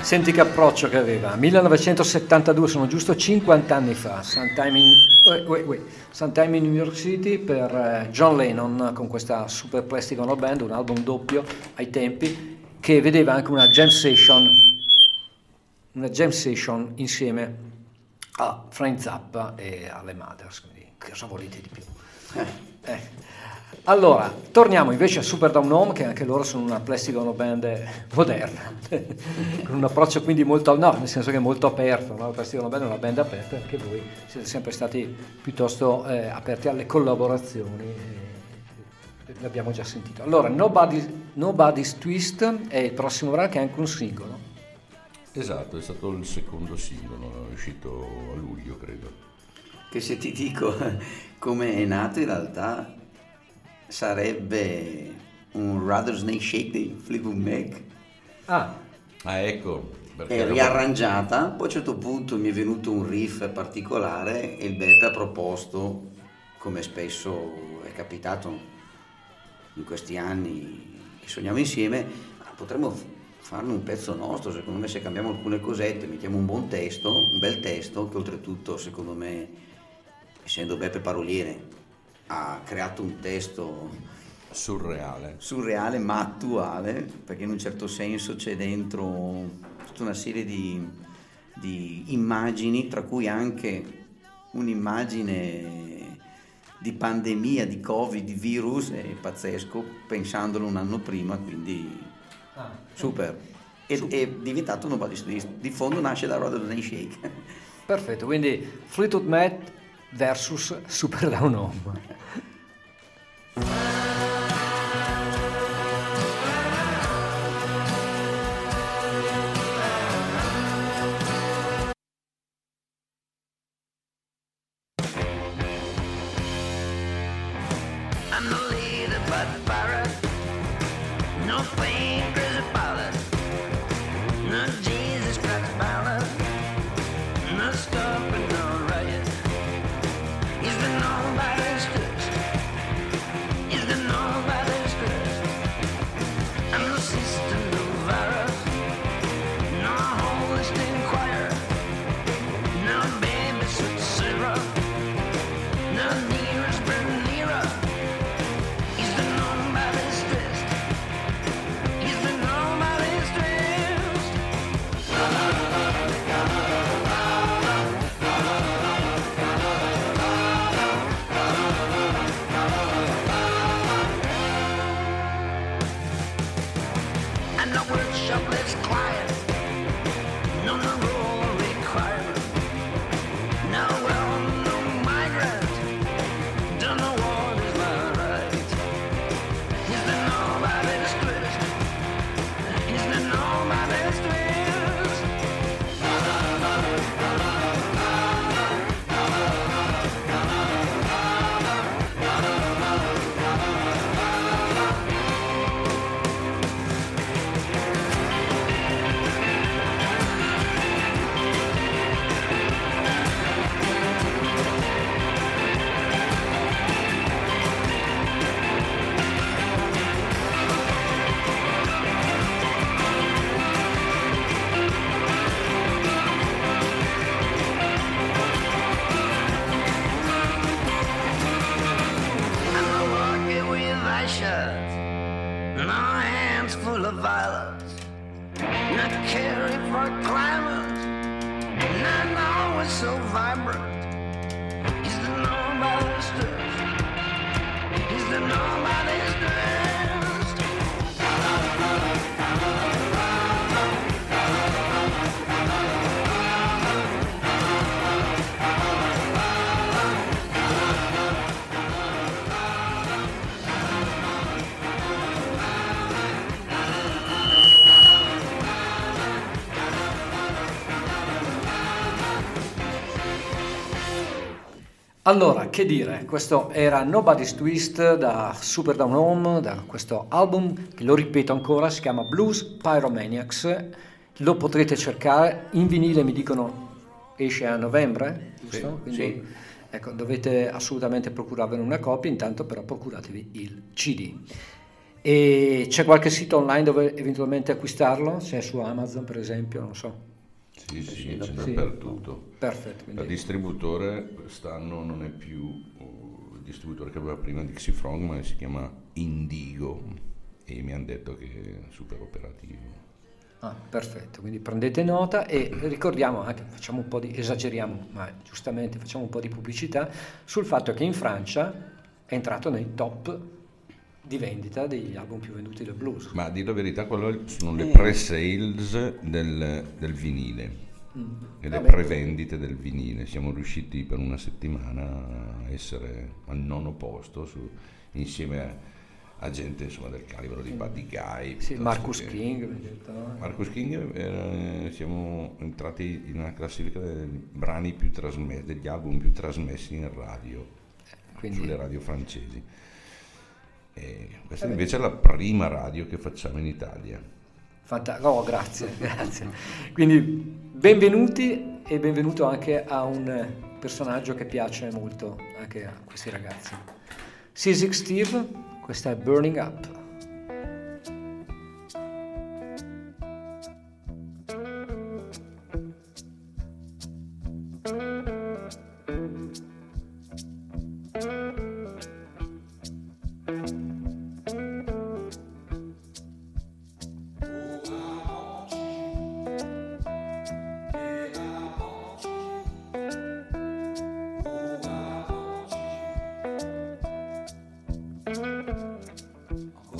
Senti che approccio che aveva. millenovecentosettantadue, sono giusto cinquanta anni fa, Sometime in, wait, wait, wait. Sometime in New York City per eh, John Lennon con questa Super Plastic Ono Band, un album doppio ai tempi che vedeva anche una jam session, una jam session insieme a Frank Zappa e alle Mothers, quindi cosa volete di più? Eh. Eh. Allora, torniamo invece a Super Down Home, che anche loro sono una plastic ono band moderna, con un approccio quindi molto, no, nel senso che è molto aperto, no? La plastic ono band è una band aperta, anche voi siete sempre stati piuttosto eh, aperti alle collaborazioni, eh, l'abbiamo già sentito. Allora, Nobody's, Nobody's Twist è il prossimo brano, che è anche un singolo. Esatto, è stato il secondo singolo, è uscito a luglio credo. Che se ti dico come è nato in realtà sarebbe un Rather Snake Shake di Fleetwood Mac. Ah, ah ecco. È riarrangiata, poi a un certo punto mi è venuto un riff particolare e il Beppe ha proposto, come spesso è capitato in questi anni che suoniamo insieme, potremmo farne un pezzo nostro, secondo me, se cambiamo alcune cosette, mettiamo un buon testo, un bel testo, che oltretutto secondo me, essendo Beppe paroliere, ha creato un testo surreale, surreale ma attuale, perché in un certo senso c'è dentro tutta una serie di, di immagini, tra cui anche un'immagine di pandemia, di Covid, di virus, è pazzesco pensandolo un anno prima, quindi ah, super. E, super. È diventato Nobody's Twist, di fondo nasce da Rather Than Shake. Perfetto, quindi Fleetwood Mac versus Super Down Home. I'm the leader, but pirate. No fingers about it. No Jesus Christ ballad. No stopping, no riot. Is there nobody's twist? Is there nobody's twist? I'm no sister, no virus. No holy stain choir. No baby sweet syrup. No nearest burn nearer. Is there nobody's twist? Is there nobody's twist? And the workshop lives quiet. No, no rule required. No, well, no migrant. Don't know what is my right. Is there nobody's twist? Is there nobody's twist? I'm a walking with ashes, no hands full of violence, not carry for climate, not always so vibrant. Is there nobody's twist? Is there nobody's twist? Allora, che dire, questo era Nobody's Twist da Super Down Home, da questo album che, lo ripeto ancora, si chiama Blues Pyromaniacs. Lo potrete cercare in vinile, mi dicono esce a novembre, giusto? Sì, Quindi, sì. ecco, dovete assolutamente procurarvene una copia, intanto però procuratevi il C D. E c'è qualche sito online dove eventualmente acquistarlo? C'è su Amazon per esempio, non so. Sì, sì, c'è Sì. dappertutto. Perfetto. Il Quindi... distributore quest'anno non è più uh, il distributore che aveva prima Dixie Frog, ma si chiama Indigo e mi hanno detto che è super operativo. Ah, perfetto, quindi prendete nota e ricordiamo anche, facciamo un po' di, esageriamo, ma giustamente facciamo un po' di pubblicità sul fatto che in Francia è entrato nei top di vendita degli album più venduti del blues. Ma a dire la verità, quello sono le Eh. pre-sales del, del vinile Mm. e le Vabbè. prevendite del vinile. Siamo riusciti per una settimana a essere al nono posto su, insieme a, a gente insomma, del calibro di Buddy Guy. Sì, piuttosto Marcus che- King, mi ha detto, no? Marcus King, eh, siamo entrati in una classifica dei brani più trasmessi, degli album più trasmessi in radio, Quindi- sulle radio francesi. E questa Vabbè. invece è la prima radio che facciamo in Italia. Fanta- oh, grazie, grazie. Quindi benvenuti e benvenuto anche a un personaggio che piace molto anche a questi ragazzi. Seasick Steve, questa è Burning Up. I'm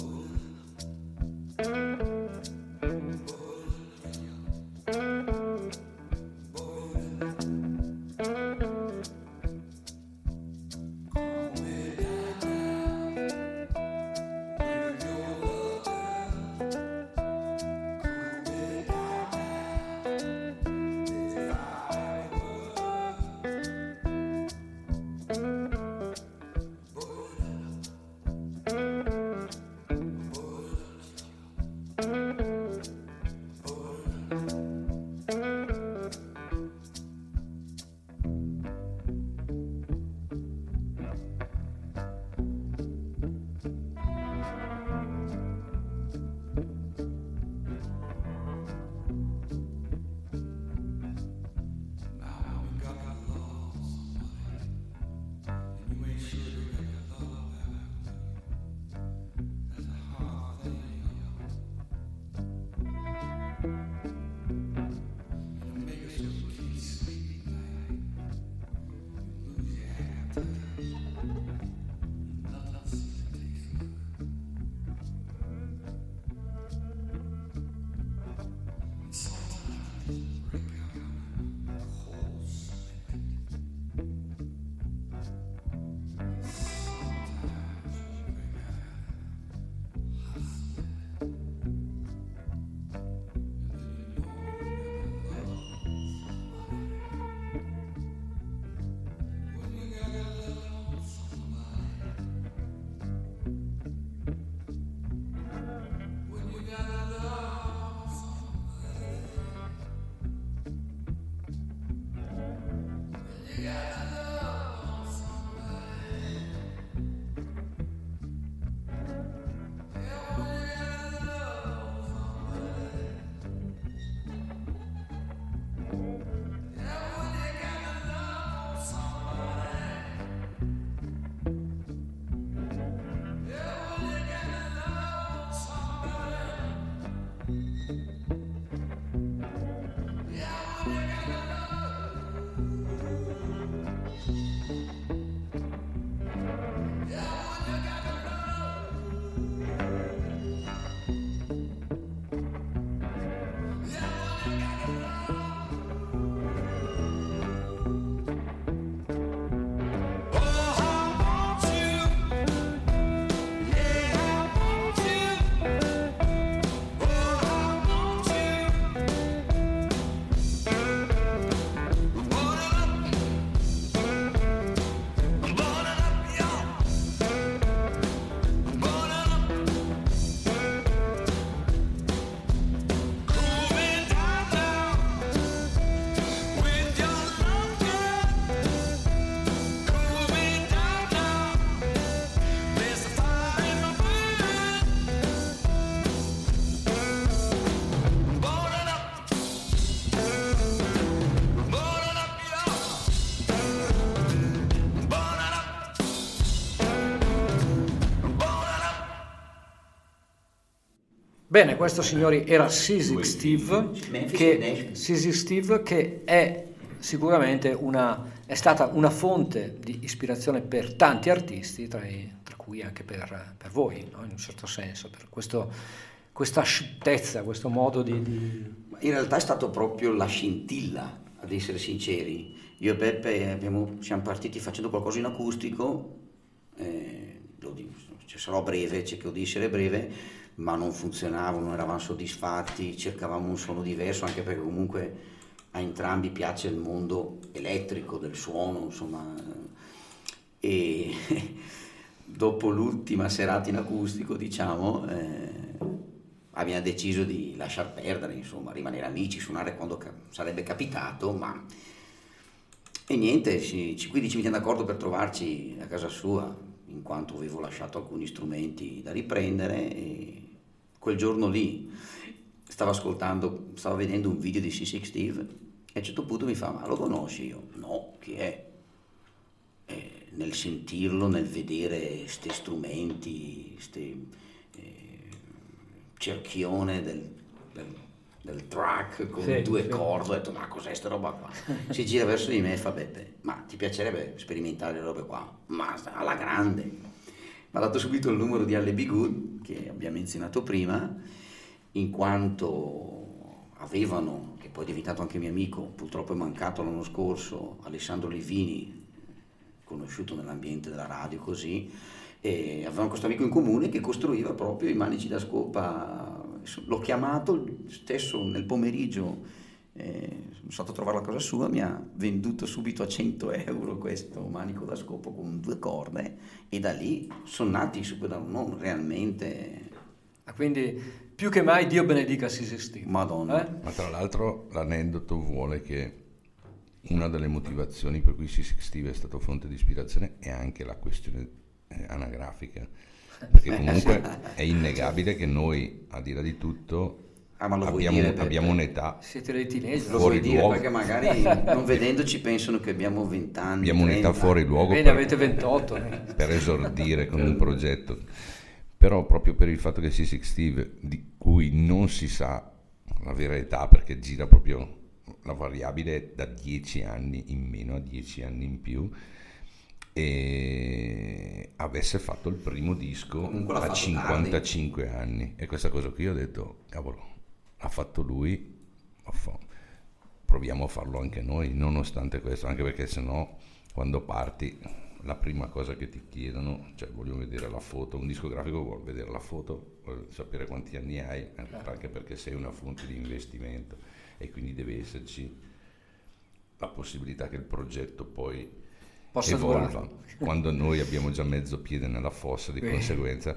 Bene, questo signori era Seasick Steve, Memphis che, Nashville. Seasick Steve che è sicuramente una, è stata una fonte di ispirazione per tanti artisti, tra, i, tra cui anche per, per voi, no? In un certo senso, per questo, questa asciuttezza, questo modo di, di... In realtà è stato proprio la scintilla, ad essere sinceri. Io e Beppe abbiamo, siamo partiti facendo qualcosa in acustico, eh, lo dico, cioè, sarò breve, cerco di essere breve, ma non funzionava, non eravamo soddisfatti, cercavamo un suono diverso, anche perché comunque a entrambi piace il mondo elettrico del suono, insomma, e dopo l'ultima serata in acustico, diciamo, eh, abbiamo deciso di lasciar perdere, insomma, rimanere amici, suonare quando ca- sarebbe capitato, ma e niente, ci, ci, quindi ci mettiamo d'accordo per trovarci a casa sua, in quanto avevo lasciato alcuni strumenti da riprendere, e quel giorno lì stavo ascoltando, stavo vedendo un video di Seasick Steve e a un certo punto mi fa: ma lo conosci? Io no, chi è? E nel sentirlo, nel vedere sti strumenti, ste eh, cerchione del, del, del track con Sì, due sì. corde, ho detto: ma cos'è sta roba qua? Si gira verso di me e fa: Beppe, ma ti piacerebbe sperimentare le robe qua? Ma alla grande. Mi ha dato subito il numero di Alle Be Good, che abbiamo menzionato prima, in quanto avevano, che poi è diventato anche mio amico, purtroppo è mancato l'anno scorso, Alessandro Livini, conosciuto nell'ambiente della radio così, e avevano questo amico in comune che costruiva proprio i manici da scopa. L'ho chiamato stesso nel pomeriggio, eh, sono stato a trovare la casa sua, mi ha venduto subito a cento euro questo manico da scopo con due corde, e da lì sono nati Super Down Home realmente. Ah, quindi più che mai Dio benedica Seasick Steve. Madonna. Eh? Ma tra l'altro l'aneddoto vuole che una delle motivazioni per cui Seasick Steve è stato fonte di ispirazione è anche la questione eh, anagrafica, perché comunque è innegabile che noi, al di là di tutto, Ah, ma lo vuoi abbiamo, dire, Beppe? abbiamo un'età, Siete dei teenager. Lo fuori vuoi dire luogo. perché magari non vedendoci pensano che abbiamo vent'anni. abbiamo un'età trenta. fuori luogo Bene, per, avete ventotto. eh. per esordire con un progetto, però proprio per il fatto che Seasick Steve, di cui non si sa la vera età perché gira proprio la variabile da dieci anni in meno a dieci anni in più, e avesse fatto il primo disco Comunque l'ha a fatto cinquantacinque anni, e questa cosa qui ho detto: cavolo, l'ha fatto lui, vaffa- proviamo a farlo anche noi, nonostante questo, anche perché sennò quando parti la prima cosa che ti chiedono, cioè voglio vedere la foto, un discografico vuole vedere la foto, vuole sapere quanti anni hai, anche perché sei una fonte di investimento, e quindi deve esserci la possibilità che il progetto poi Posso evolva. durare. Quando noi abbiamo già mezzo piede nella fossa, di Beh. conseguenza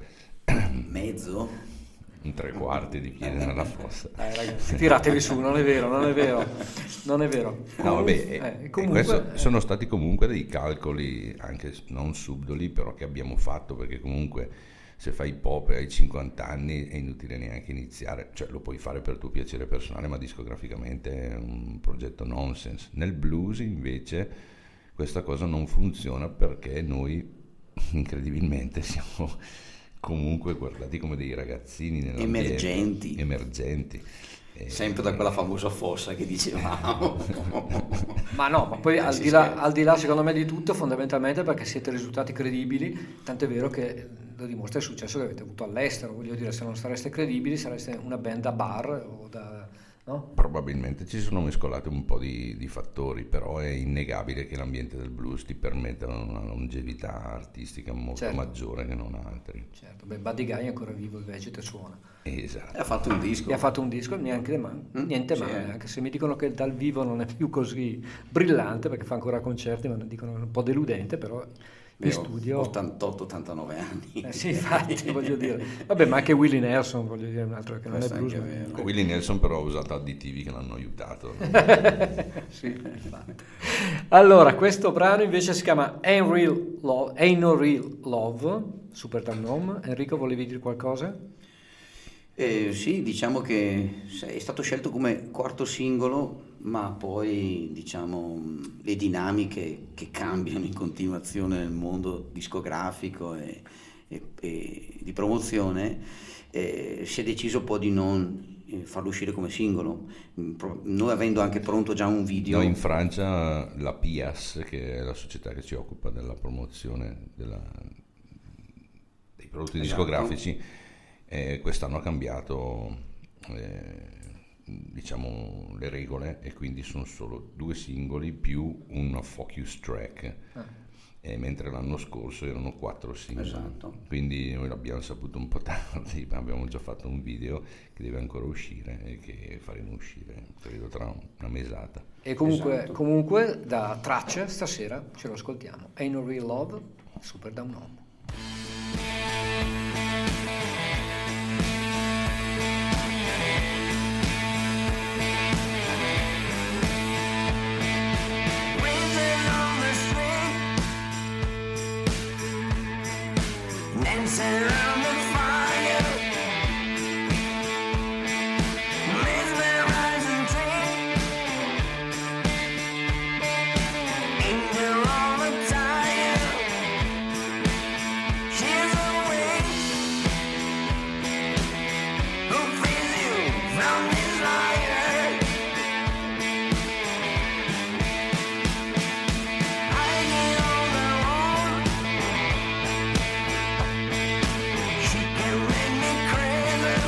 Mezzo? un tre quarti di piede nella fossa. Dai, ragazzi, tiratevi su, non è vero, non è vero, non è vero. No, vabbè, Comunque- e- eh, e comunque, questo eh, sono stati comunque dei calcoli anche non subdoli, però che abbiamo fatto, perché comunque se fai pop e hai cinquanta anni è inutile neanche iniziare, cioè lo puoi fare per tuo piacere personale, ma discograficamente è un progetto nonsense. Nel blues invece questa cosa non funziona, perché noi incredibilmente siamo comunque guardati come dei ragazzini nell'ambiente, Emergenti. emergenti. E- Sempre da quella famosa fossa che dicevamo. Ma no, ma poi Eh, al si di, là, scherza. al di là secondo me di tutto, fondamentalmente perché siete risultati credibili, tant'è vero che lo dimostra il successo che avete avuto all'estero. Voglio dire, se non sareste credibili sareste una band da bar o da... no? Probabilmente ci sono mescolati un po' di, di fattori, però è innegabile che l'ambiente del blues ti permetta una longevità artistica molto Certo. maggiore che non altri. Certo, beh, Buddy Guy è ancora vivo, il Vegeto suona. Esatto. E ha fatto un disco. E ha fatto un disco, neanche male, Mm, niente sì, male, eh. anche se mi dicono che dal vivo non è più così brillante, perché fa ancora concerti, ma dicono un po' deludente, però in Io studio... ottantotto ottantanove anni. Eh sì, infatti, voglio dire. Vabbè, ma anche Willie Nelson, voglio dire, un altro che non è Questo è blues. anche ma- vero. Willie Nelson però ha usato additivi che l'hanno aiutato. Sì, infatti. Allora, questo brano invece si chiama Ain't Real Love, Ain't No Real Love, Super Down Home. Enrico, volevi dire qualcosa? Eh, sì, diciamo che è stato scelto come quarto singolo, ma poi diciamo le dinamiche che cambiano in continuazione nel mondo discografico e, e, e di promozione, eh, si è deciso poi di non eh, farlo uscire come singolo, noi avendo anche pronto già un video. Noi in Francia la P I A S, che è la società che si occupa della promozione della, dei prodotti Esatto. discografici, eh, quest'anno ha cambiato eh, diciamo le regole, e quindi sono solo due singoli più una focus track, ah. e mentre l'anno scorso erano quattro singoli. Esatto. Quindi noi l'abbiamo saputo un po' tardi, ma abbiamo già fatto un video che deve ancora uscire e che faremo uscire credo tra una mesata. E comunque, Esatto. comunque da Tracce stasera ce lo ascoltiamo. Ain't No Real Love, Super Down Home. Dancing around the fire, live their rise and drink. Angel on the tire, she's awake. Who frees you from desire? Hiding on their own. She can make me crazy.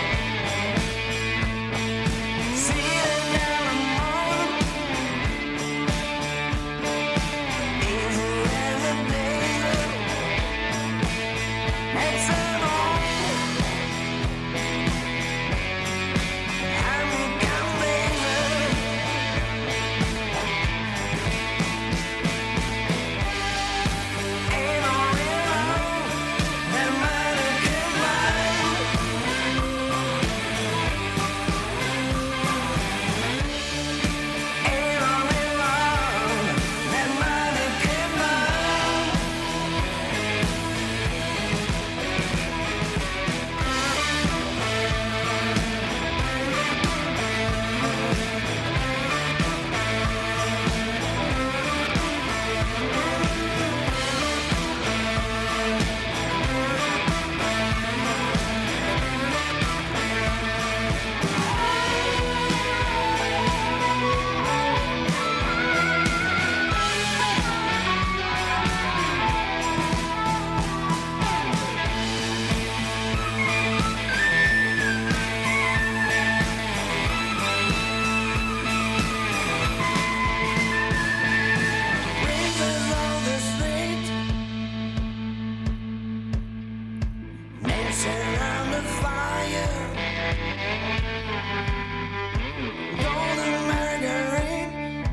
Seeing down the moon, easy as a daisy. It's an old, and we got lazy. Ain't no real love that money can buy. Ain't no real love that money can buy. Breezes on the street, dancing around the fire, golden margarine,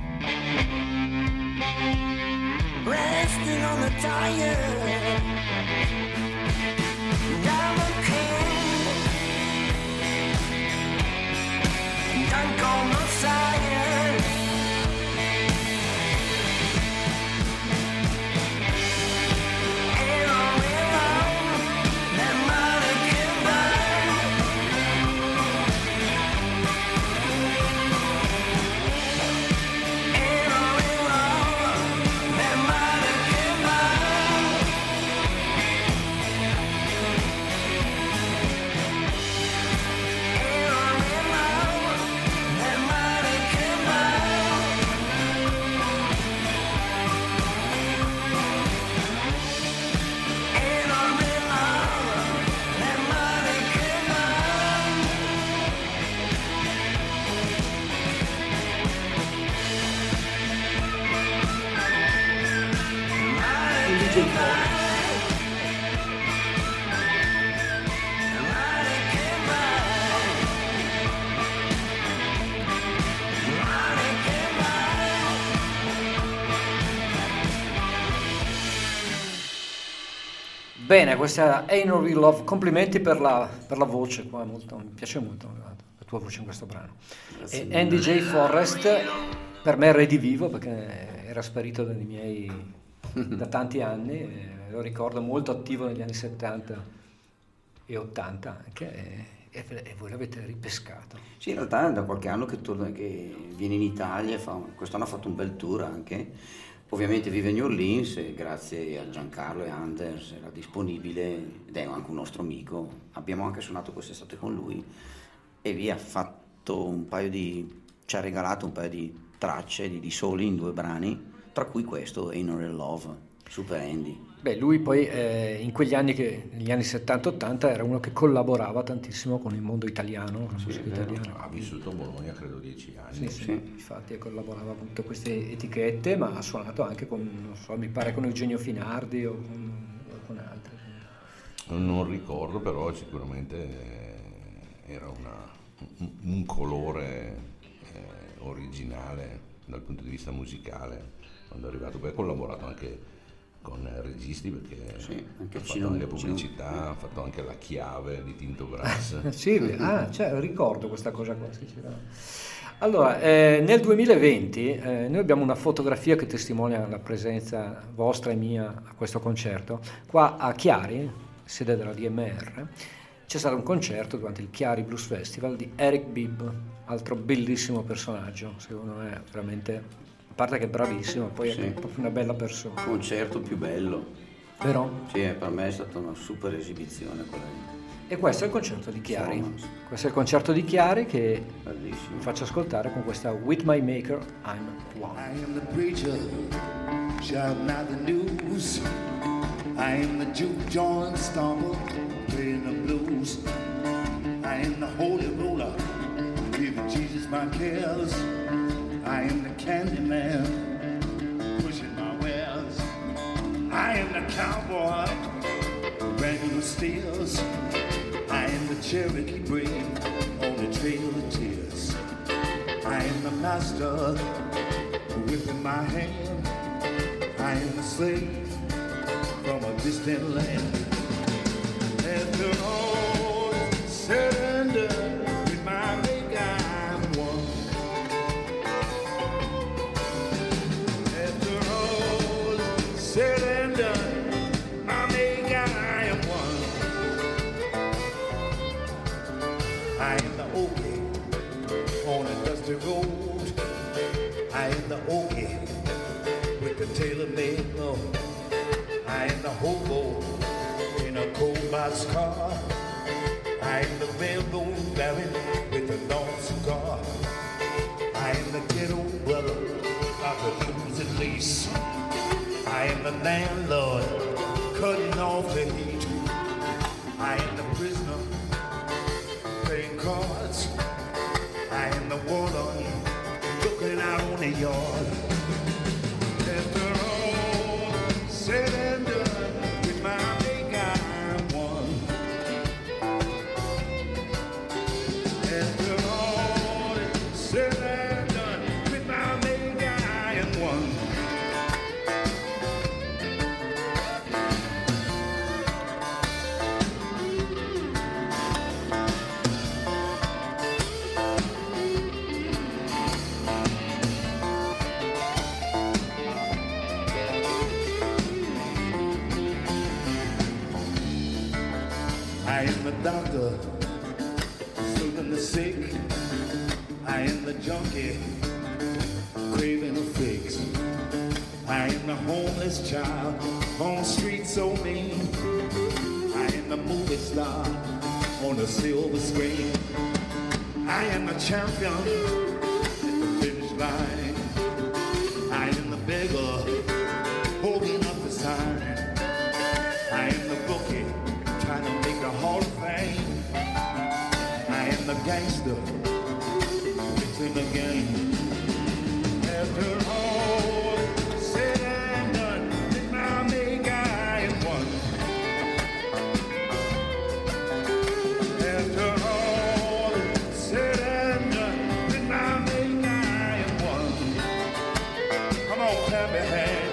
resting on the tire. Diamond King, don't call no sire. Ain't no real love that money can buy. Ain't no real love that money can buy. Ain't no real love that money can buy. Ain't no real love that money can buy. Money D J can Forrest. buy. Money can buy. Money can buy. Bene, questa è Ain't No Real Love. Complimenti per la, per la voce qua, molto, mi piace molto la tua voce in questo brano. E Andy J. Forrest per me è redivivo perché era sparito dai miei da tanti anni, eh, lo ricordo molto attivo negli anni settanta e ottanta anche, e, e, e voi l'avete ripescato. Sì, in realtà è da qualche anno che, torna, che viene in Italia, fa, quest'anno ha fatto un bel tour anche, ovviamente vive a New Orleans e grazie a Giancarlo e Anders era disponibile ed è anche un nostro amico. Abbiamo anche suonato quest'estate con lui e via, ha fatto un paio di... ci ha regalato un paio di tracce di, di soli in due brani, tra cui questo Ain't No Real Love, super Andy. Beh, lui poi eh, in quegli anni, che, negli anni settanta ottanta, era uno che collaborava tantissimo con il mondo italiano, con la musica italiana. Ha vissuto a Bologna credo dieci anni. Sì, sì, sì. Infatti collaborava con tutte queste etichette, ma ha suonato anche con, non so, mi pare con Eugenio Finardi o con, o con altri. Non ricordo, però sicuramente era una, un, un colore eh, originale dal punto di vista musicale quando è arrivato. Poi ha collaborato anche con registi, perché sì, anche ha fatto Cino, anche pubblicità, ha fatto anche La Chiave di Tinto Brass. Sì, ah, cioè, ricordo questa cosa qua. Sì, sì, no. Allora, eh, nel duemilaventi eh, noi abbiamo una fotografia che testimonia la presenza vostra e mia a questo concerto. Qua a Chiari, sede della D M R, c'è stato un concerto durante il Chiari Blues Festival di Eric Bibb, altro bellissimo personaggio, secondo me veramente... A parte che è bravissimo, poi sì. È proprio una bella persona. Concerto più bello. Vero? Sì, per me è stata una super esibizione quella lì. E questo è il concerto di Chiari. Sonos. Questo è il concerto di Chiari che bellissimo. Vi faccio ascoltare con questa With My Maker I'm One. I am the preacher, shouting out the news. I am the juke joint stomper, playing the blues. I am the holy roller, giving Jesus my cares. I am the candy man, pushing my wares. I am the cowboy, banging the steers. I am the Cherokee brave on the trail of tears. I am the master, whipping my hand. I am the slave from a distant land. After all is said and done, with my maker I'm one. After all is said and done, my maker I am one. I am the okie on a dusty road. I am the okie with the tailor-made glove. I am the hobo in a cold boxcar. I am the railroad baron with a long cigar. I am the ghetto brother of the blues and lace. I am the landlord cutting off the heat. I am the prisoner playing cards. I am the warlord looking out on the yard. After all said and done, with my maker I'm one. After all said and done, with my maker I am one. I am the doctor, soothing the sick. I am the junkie, craving a fix. I am the homeless child on streets so mean. I am the movie star on the silver screen. I am the champion at the finish line. I am the beggar holding up the sign. I am the bookie trying to make the Hall of Fame. I am the gangster, fixing the game. After all said and done, with my maker I am one. After all said and done, with my maker I am one. Come on, clap your hands.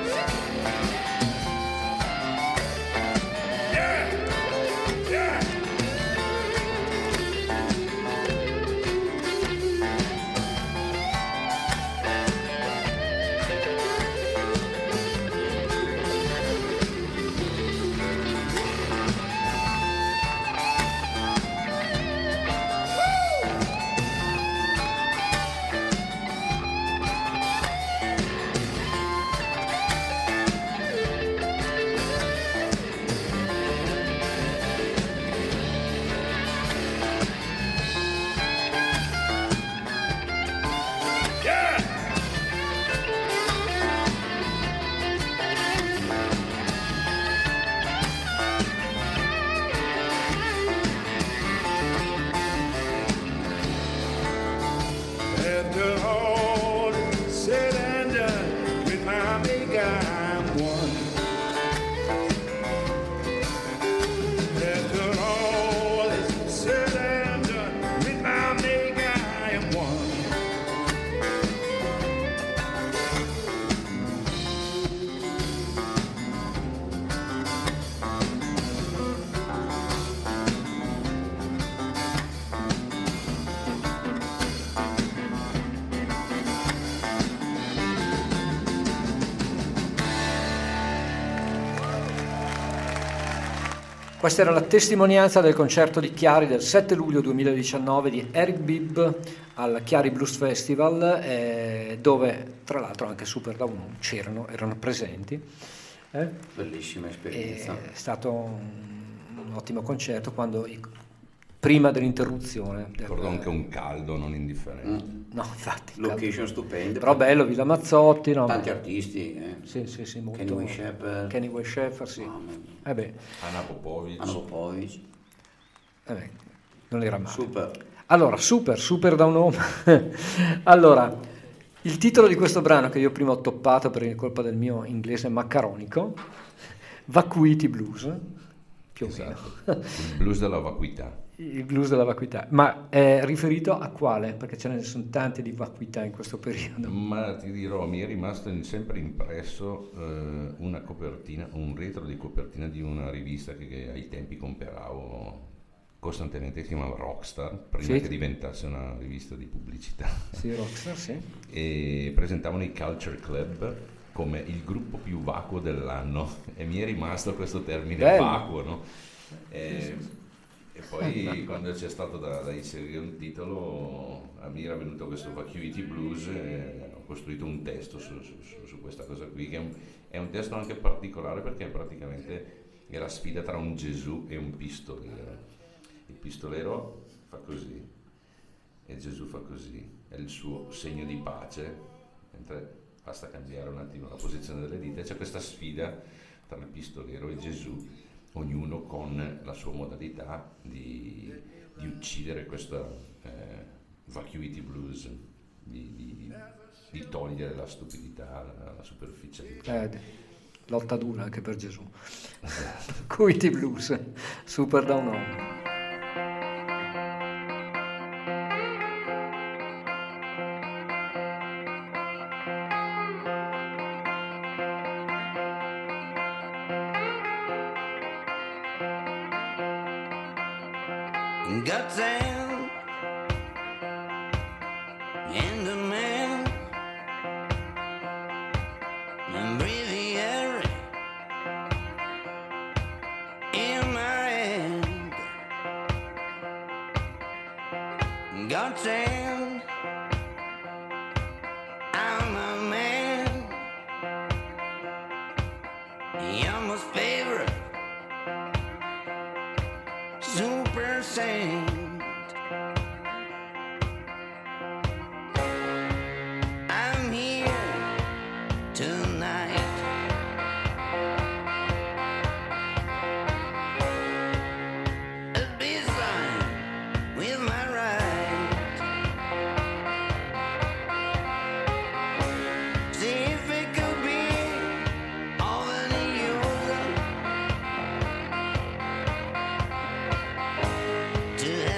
Questa era la testimonianza del concerto di Chiari del sette luglio duemiladiciannove di Eric Bibb al Chiari Blues Festival, eh, dove tra l'altro anche Super Down c'erano, erano presenti. Eh? Bellissima esperienza. È stato un, un ottimo concerto quando i, prima dell'interruzione. Ricordo del, anche un caldo non indifferente. Mm. No, infatti. Location stupende. Però bello, Villa Mazzotti. No? Tanti artisti. Eh. Sì, sì, sì, molto. Kenny Wayne Shepherd. Kenny Wayne Shepherd, sì. Oh, eh beh. Anna Popovic. Anna Popovic. Eh beh, non era male. Super. Allora, super, super da un uomo. Allora, il titolo di questo brano che io prima ho toppato per colpa del mio inglese maccaronico, Vacuity Blues, più o Esatto. meno. Il blues della vacuità. Il blues della vacuità, ma è riferito a quale? Perché ce ne sono tante di vacuità in questo periodo. Ma ti dirò, mi è rimasto in- sempre impresso eh, una copertina, un retro di copertina di una rivista che, che ai tempi compravo costantemente, si chiamava Rockstar, prima Sì. che diventasse una rivista di pubblicità. Sì, Rockstar, sì. E presentavano i Culture Club come il gruppo più vacuo dell'anno e mi è rimasto questo termine Bello. vacuo, no? E, e poi quando c'è stato da, da inserire un titolo a me era venuto questo Vacuity Blues e ho costruito un testo su, su- su- su questa cosa qui che è un, è un testo anche particolare perché praticamente è la sfida tra un Gesù e un pistolero. Il pistolero fa così e Gesù fa così, è il suo segno di pace, mentre basta cambiare un attimo la posizione delle dita. C'è questa sfida tra il pistolero e Gesù, ognuno con la sua modalità di, di uccidere questa eh, vacuity blues, di, di- di togliere la stupidità, la, la superficialità. Eh, lotta dura anche per Gesù. Vacuity Blues, super da un uomo. Got sand and a man and breviary in my hand. Got sand, I'm a man. You're my favorite. Super Saint. I'm here tonight. A baseline with my right. See if it could be all that you to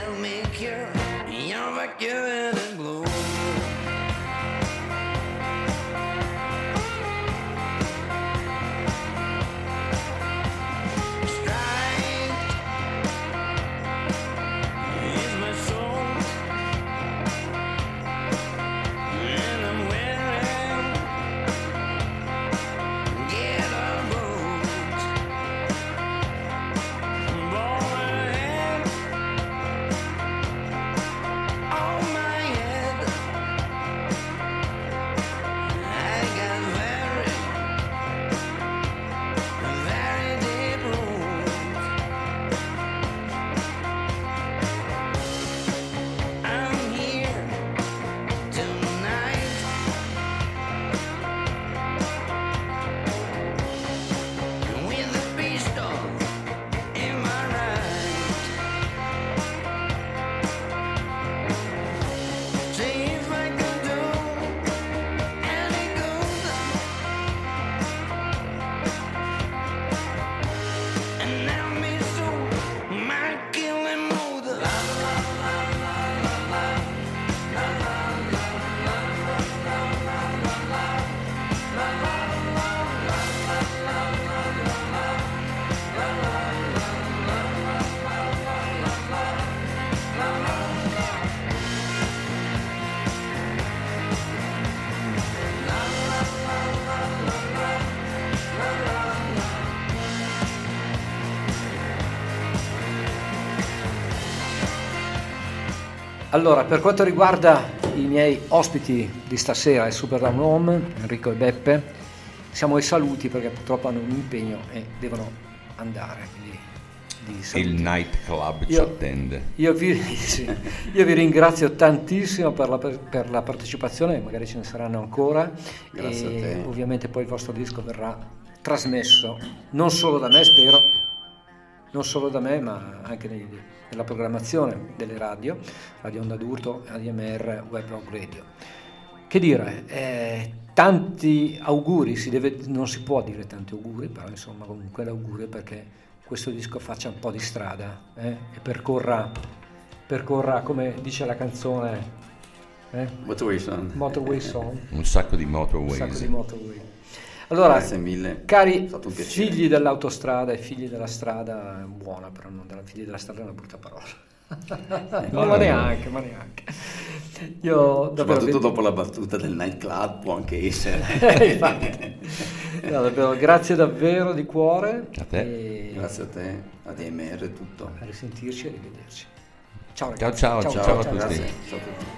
Allora, per quanto riguarda i miei ospiti di stasera al Super Down Home, Enrico e Beppe, siamo ai saluti perché purtroppo hanno un impegno e devono andare. Quindi, di saluti. Il night club ci Io- attende. Io vi, sì, io vi ringrazio tantissimo per la, per la partecipazione, magari ce ne saranno ancora. Grazie e a te. Ovviamente poi il vostro disco verrà trasmesso non solo da me, spero, non solo da me, ma anche nei- nella programmazione delle radio, Radio Onda d'Urto, A D M R, Web Rock Radio. Che dire, eh, tanti auguri, si deve, non si può dire tanti auguri, però insomma comunque l'augurio perché questo disco faccia un po' di strada eh, e percorra, percorra, come dice la canzone, eh, Motorway Song. Motorway Song, Un sacco di un motorways. sacco di motorway. Allora, Grazie mille. cari È stato un piacere. figli dell'autostrada e figli della strada, è buona però, non della figli della strada è una brutta parola. No, ma neanche, ma neanche. Io davvero Soprattutto vi- dopo la battuta del nightclub può anche essere. Eh, infatti. No, davvero, grazie davvero di cuore. A te. E Grazie a te, A D M R e tutto. a risentirci e rivederci. Ciao Ciao, ragazzi. ciao, ciao, ciao a tutti. Grazie. Ciao a tutti.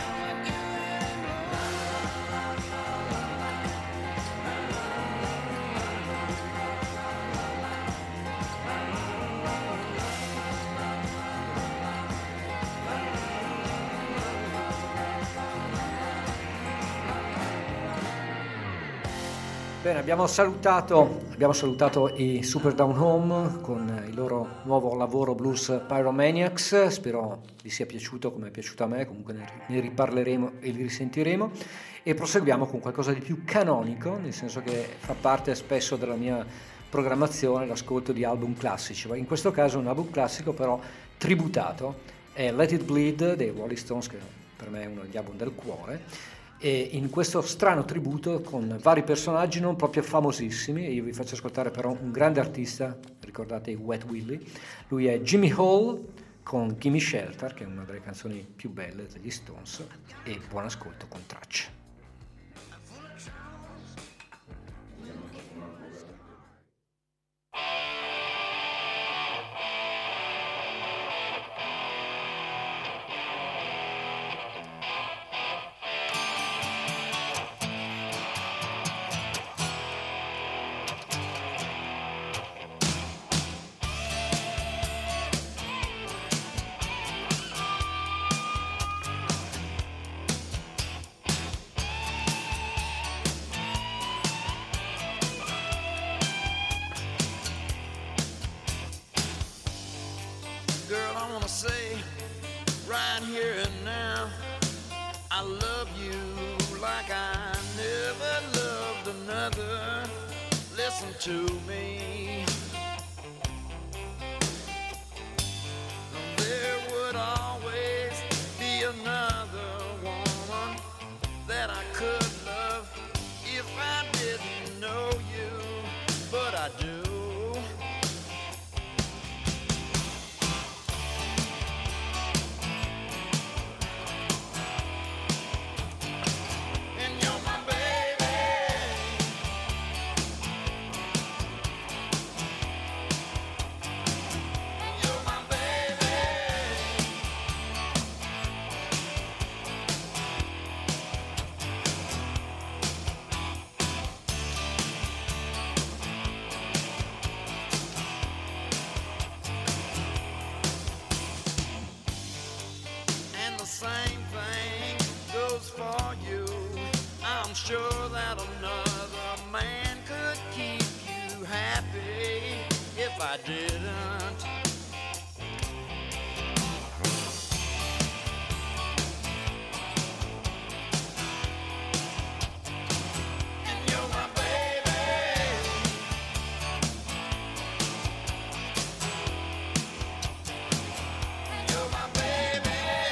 Bene, abbiamo salutato, abbiamo salutato i Super Down Home con il loro nuovo lavoro Blues Pyromaniacs. Spero vi sia piaciuto come è piaciuto a me, comunque ne, ne riparleremo e li risentiremo. E proseguiamo con qualcosa di più canonico, nel senso che fa parte spesso della mia programmazione l'ascolto di album classici. In questo caso un album classico però tributato, è Let It Bleed dei Rolling Stones, che per me è uno degli album del cuore. E in questo strano tributo con vari personaggi non proprio famosissimi, e io vi faccio ascoltare però un grande artista, ricordate i Wet Willie, lui è Jimmy Hall con Gimme Shelter, che è una delle canzoni più belle degli Stones, e buon ascolto con tracce. Girl, I wanna say right here and now, I love you like I never loved another. Listen to me. There would always be another woman that I could love if I didn't know you, but I do. And you're my baby. You're my baby. And the same thing goes for you. I'm sure that another man could keep you happy if I didn't. And you're my baby. You're my baby.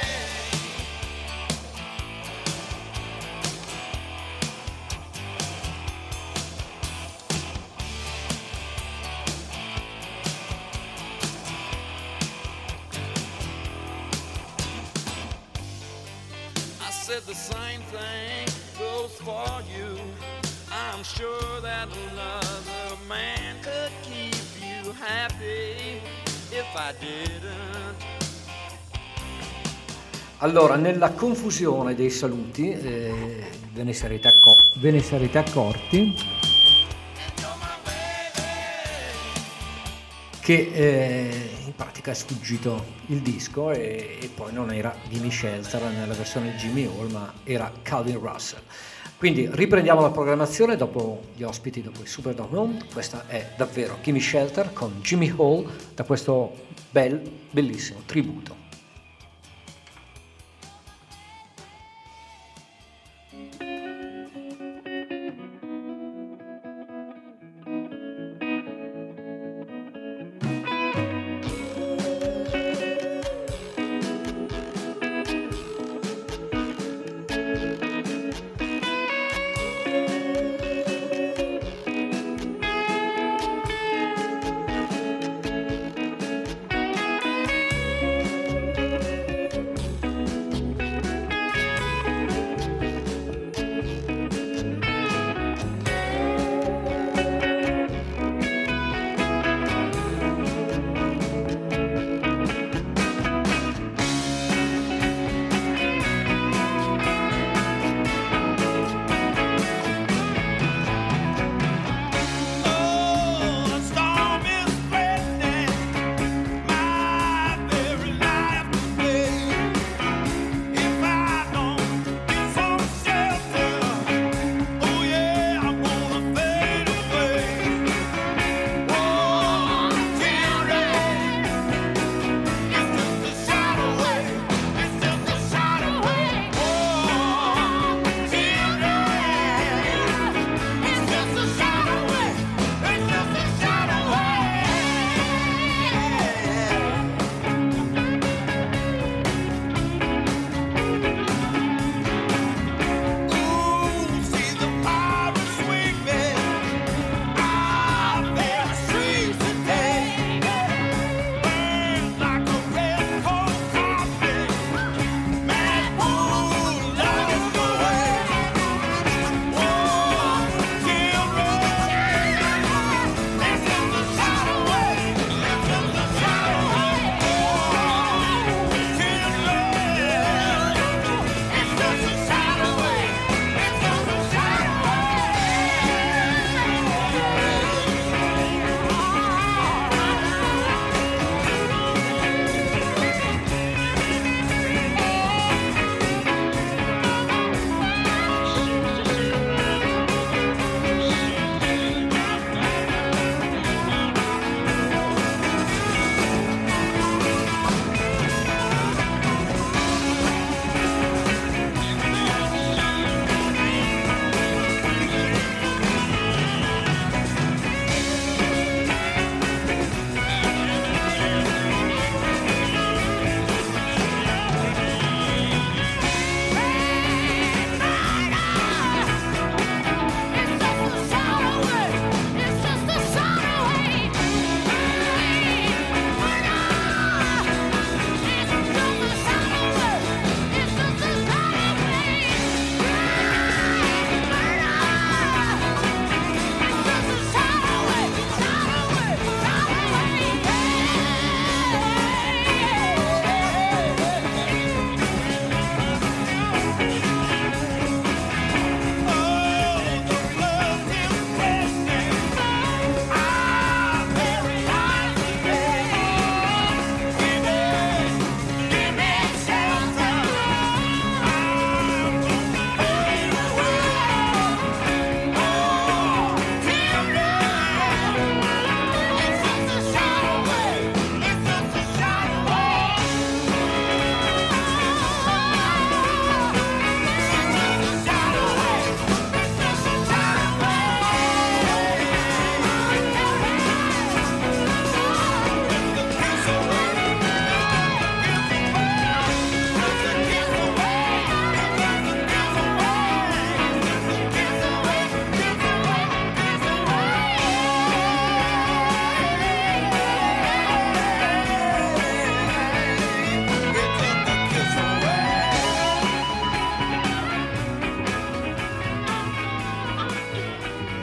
I said the same thing goes for you. I'm sure that another man could keep you happy if I didn't. Allora, nella confusione dei saluti, eh, ve ne sarete, acco- ve ne sarete accorti che eh, in pratica è sfuggito il disco e, e poi non era Gimme Shelter nella versione di Jimmy Hall, ma era Calvin Russell. Quindi riprendiamo la programmazione dopo gli ospiti, dopo i Superdome. Questa è davvero Gimme Shelter con Jimmy Hall da questo bel, bellissimo tributo.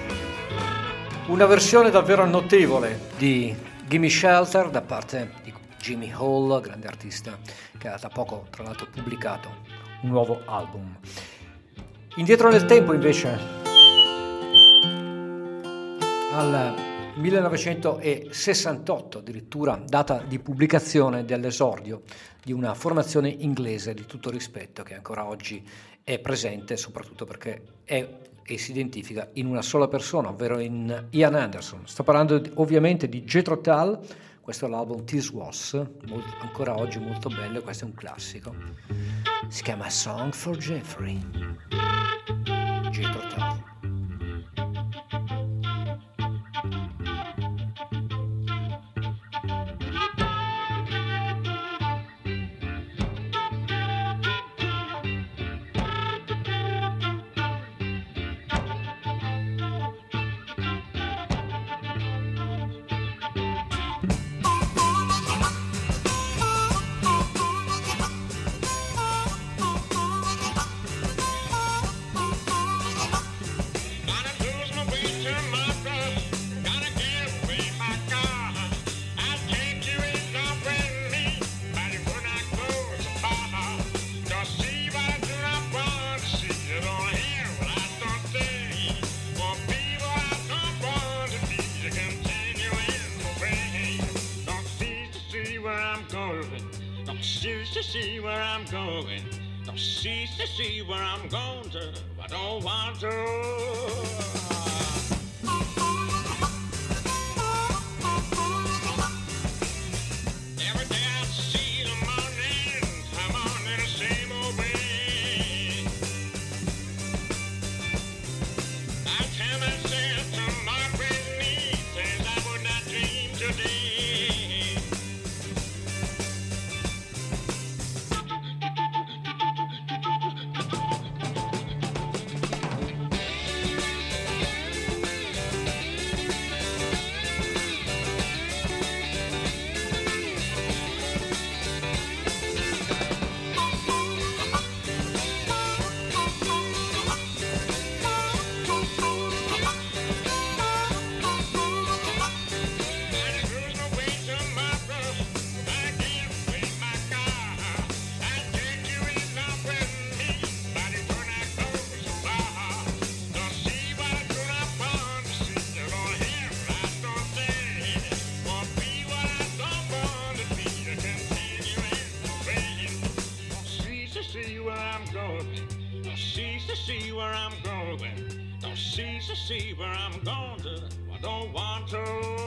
Una versione davvero notevole di Gimme Shelter da parte di Jimmy Hall, grande artista che ha da poco tra l'altro pubblicato un nuovo album. Indietro nel tempo invece al millenovecentosessantotto, addirittura data di pubblicazione dell'esordio di una formazione inglese di tutto rispetto che ancora oggi è presente, soprattutto perché è e si identifica in una sola persona, ovvero in Ian Anderson. Sto parlando di, ovviamente di Jethro Tull. Questo è l'album This Was, molto, ancora oggi molto bello, questo è un classico. Si chiama Song for Jeffrey. Jethro Tull. See where I'm going, don't cease to see where I'm going to, I don't want to. Every day I see the morning, I'm on in the same old way. I tell myself to my great need things I would not dream today. See where I'm going to, I don't want to.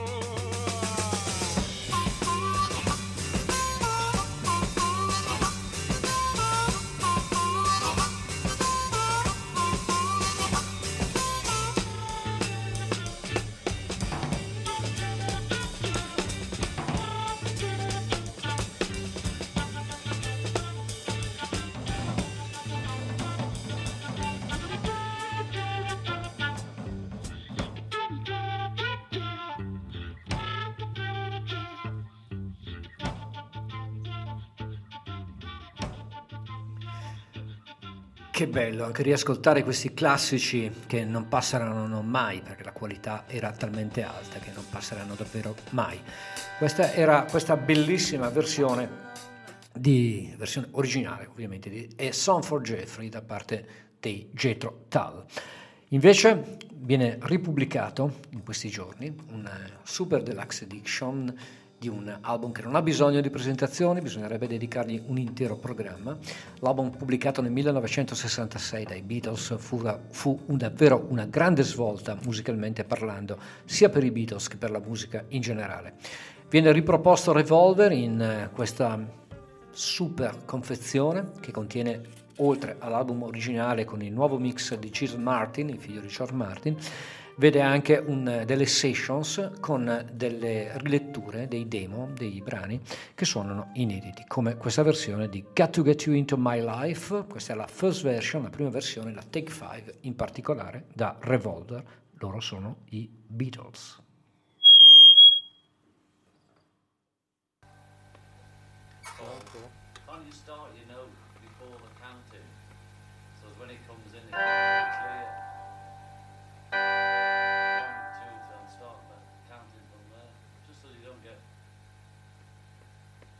Che bello anche riascoltare questi classici che non passeranno mai, perché la qualità era talmente alta che non passeranno davvero mai. Questa era questa bellissima versione di versione originale, ovviamente, di A Song for Jeffrey da parte dei Jethro Tull. Invece viene ripubblicato in questi giorni un super deluxe edition di un album che non ha bisogno di presentazioni, bisognerebbe dedicargli un intero programma. L'album pubblicato nel millenovecentosessantasei dai Beatles fu, fu un, davvero una grande svolta musicalmente parlando, sia per i Beatles che per la musica in generale. Viene riproposto Revolver in questa super confezione che contiene, oltre all'album originale con il nuovo mix di Cecil Martin, il figlio di George Martin, vede anche un, delle sessions con delle riletture dei demo, dei brani che suonano inediti, come questa versione di Got to Get You Into My Life. Questa è la first version, la prima versione, la Take Five, in particolare da Revolver. Loro sono i Beatles. Can't you start your note before the counting? So when it comes in, it's clear. One, two, then start the counting from there, just so you don't get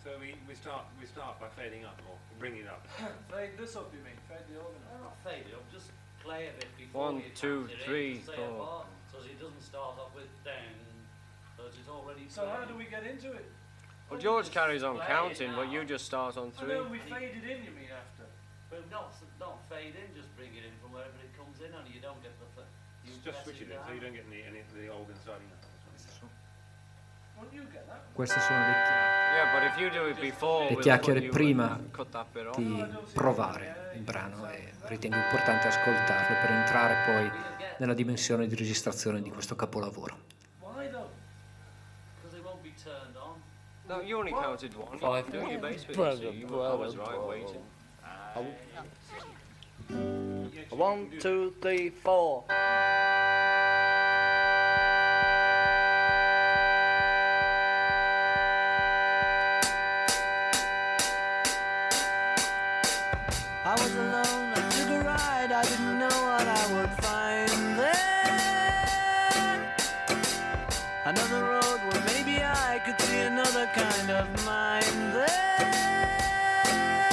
So we, we start we start by fading up or bringing it up. Fade this up, you mean? Fade the organ No, up. not fade it up, just play a bit before One, you two, count it three, in, say four. a bar, so it doesn't start off with down, so it's already So how playing. do we get into it? Well, George carries on Play it counting, but now. you just start on And three. then we fade it in, you mean, after? Well, not not fade in, just bring it in from wherever it comes in, and you don't get the. F- you Just, just press switch it in down. so you don't get any, any the organ starting up. Won't you get that? Queste sono le chiacchiere, Yeah, but if you do it before, le we'll chiacchiere put you prima and cut that bit off. di provare il brano e ritengo importante ascoltarlo per entrare poi nella dimensione di registrazione di questo capolavoro. Why though? Because it won't be turned on. No, you only counted one. Five. Do your bass bit. Brother, you see. You- I brother, was right, brother. waiting. One, two, three, four. I was alone, I took a ride, I didn't know what I would find there. Another road where maybe I could see another kind of mind there.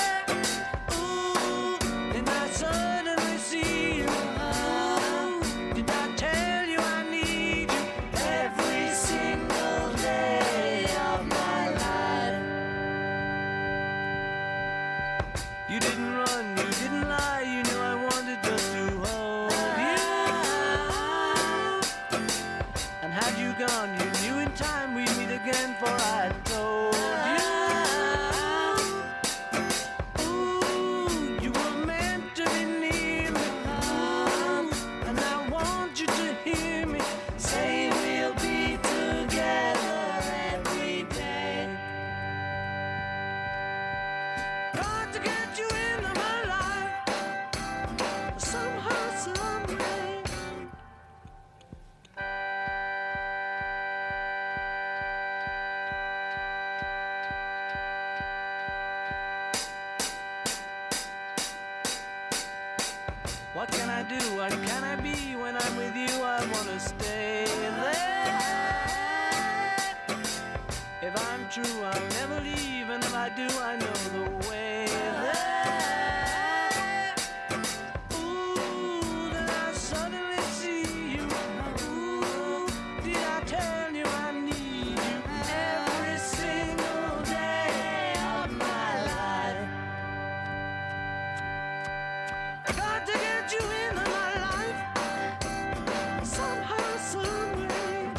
Ooh, and I suddenly see you. Ooh, did I tell you I need you every single day of my life? You didn't run, you didn't lie, you knew I wanted just to hold you. And had you gone, you knew in time we'd meet again, for I told you. Ooh, you were meant to be near me. Ooh, and I want you to hear me say we'll be together every day. Got to get you into my life somehow, some way. What can I do? What can I be? When I'm with you, I wanna stay there. If I'm true, I'll never leave, and if I do, I know the way there. Ooh, then I suddenly see you. Ooh, did I tell you I need you every single day of my life? I got to get you into my life somehow, some way.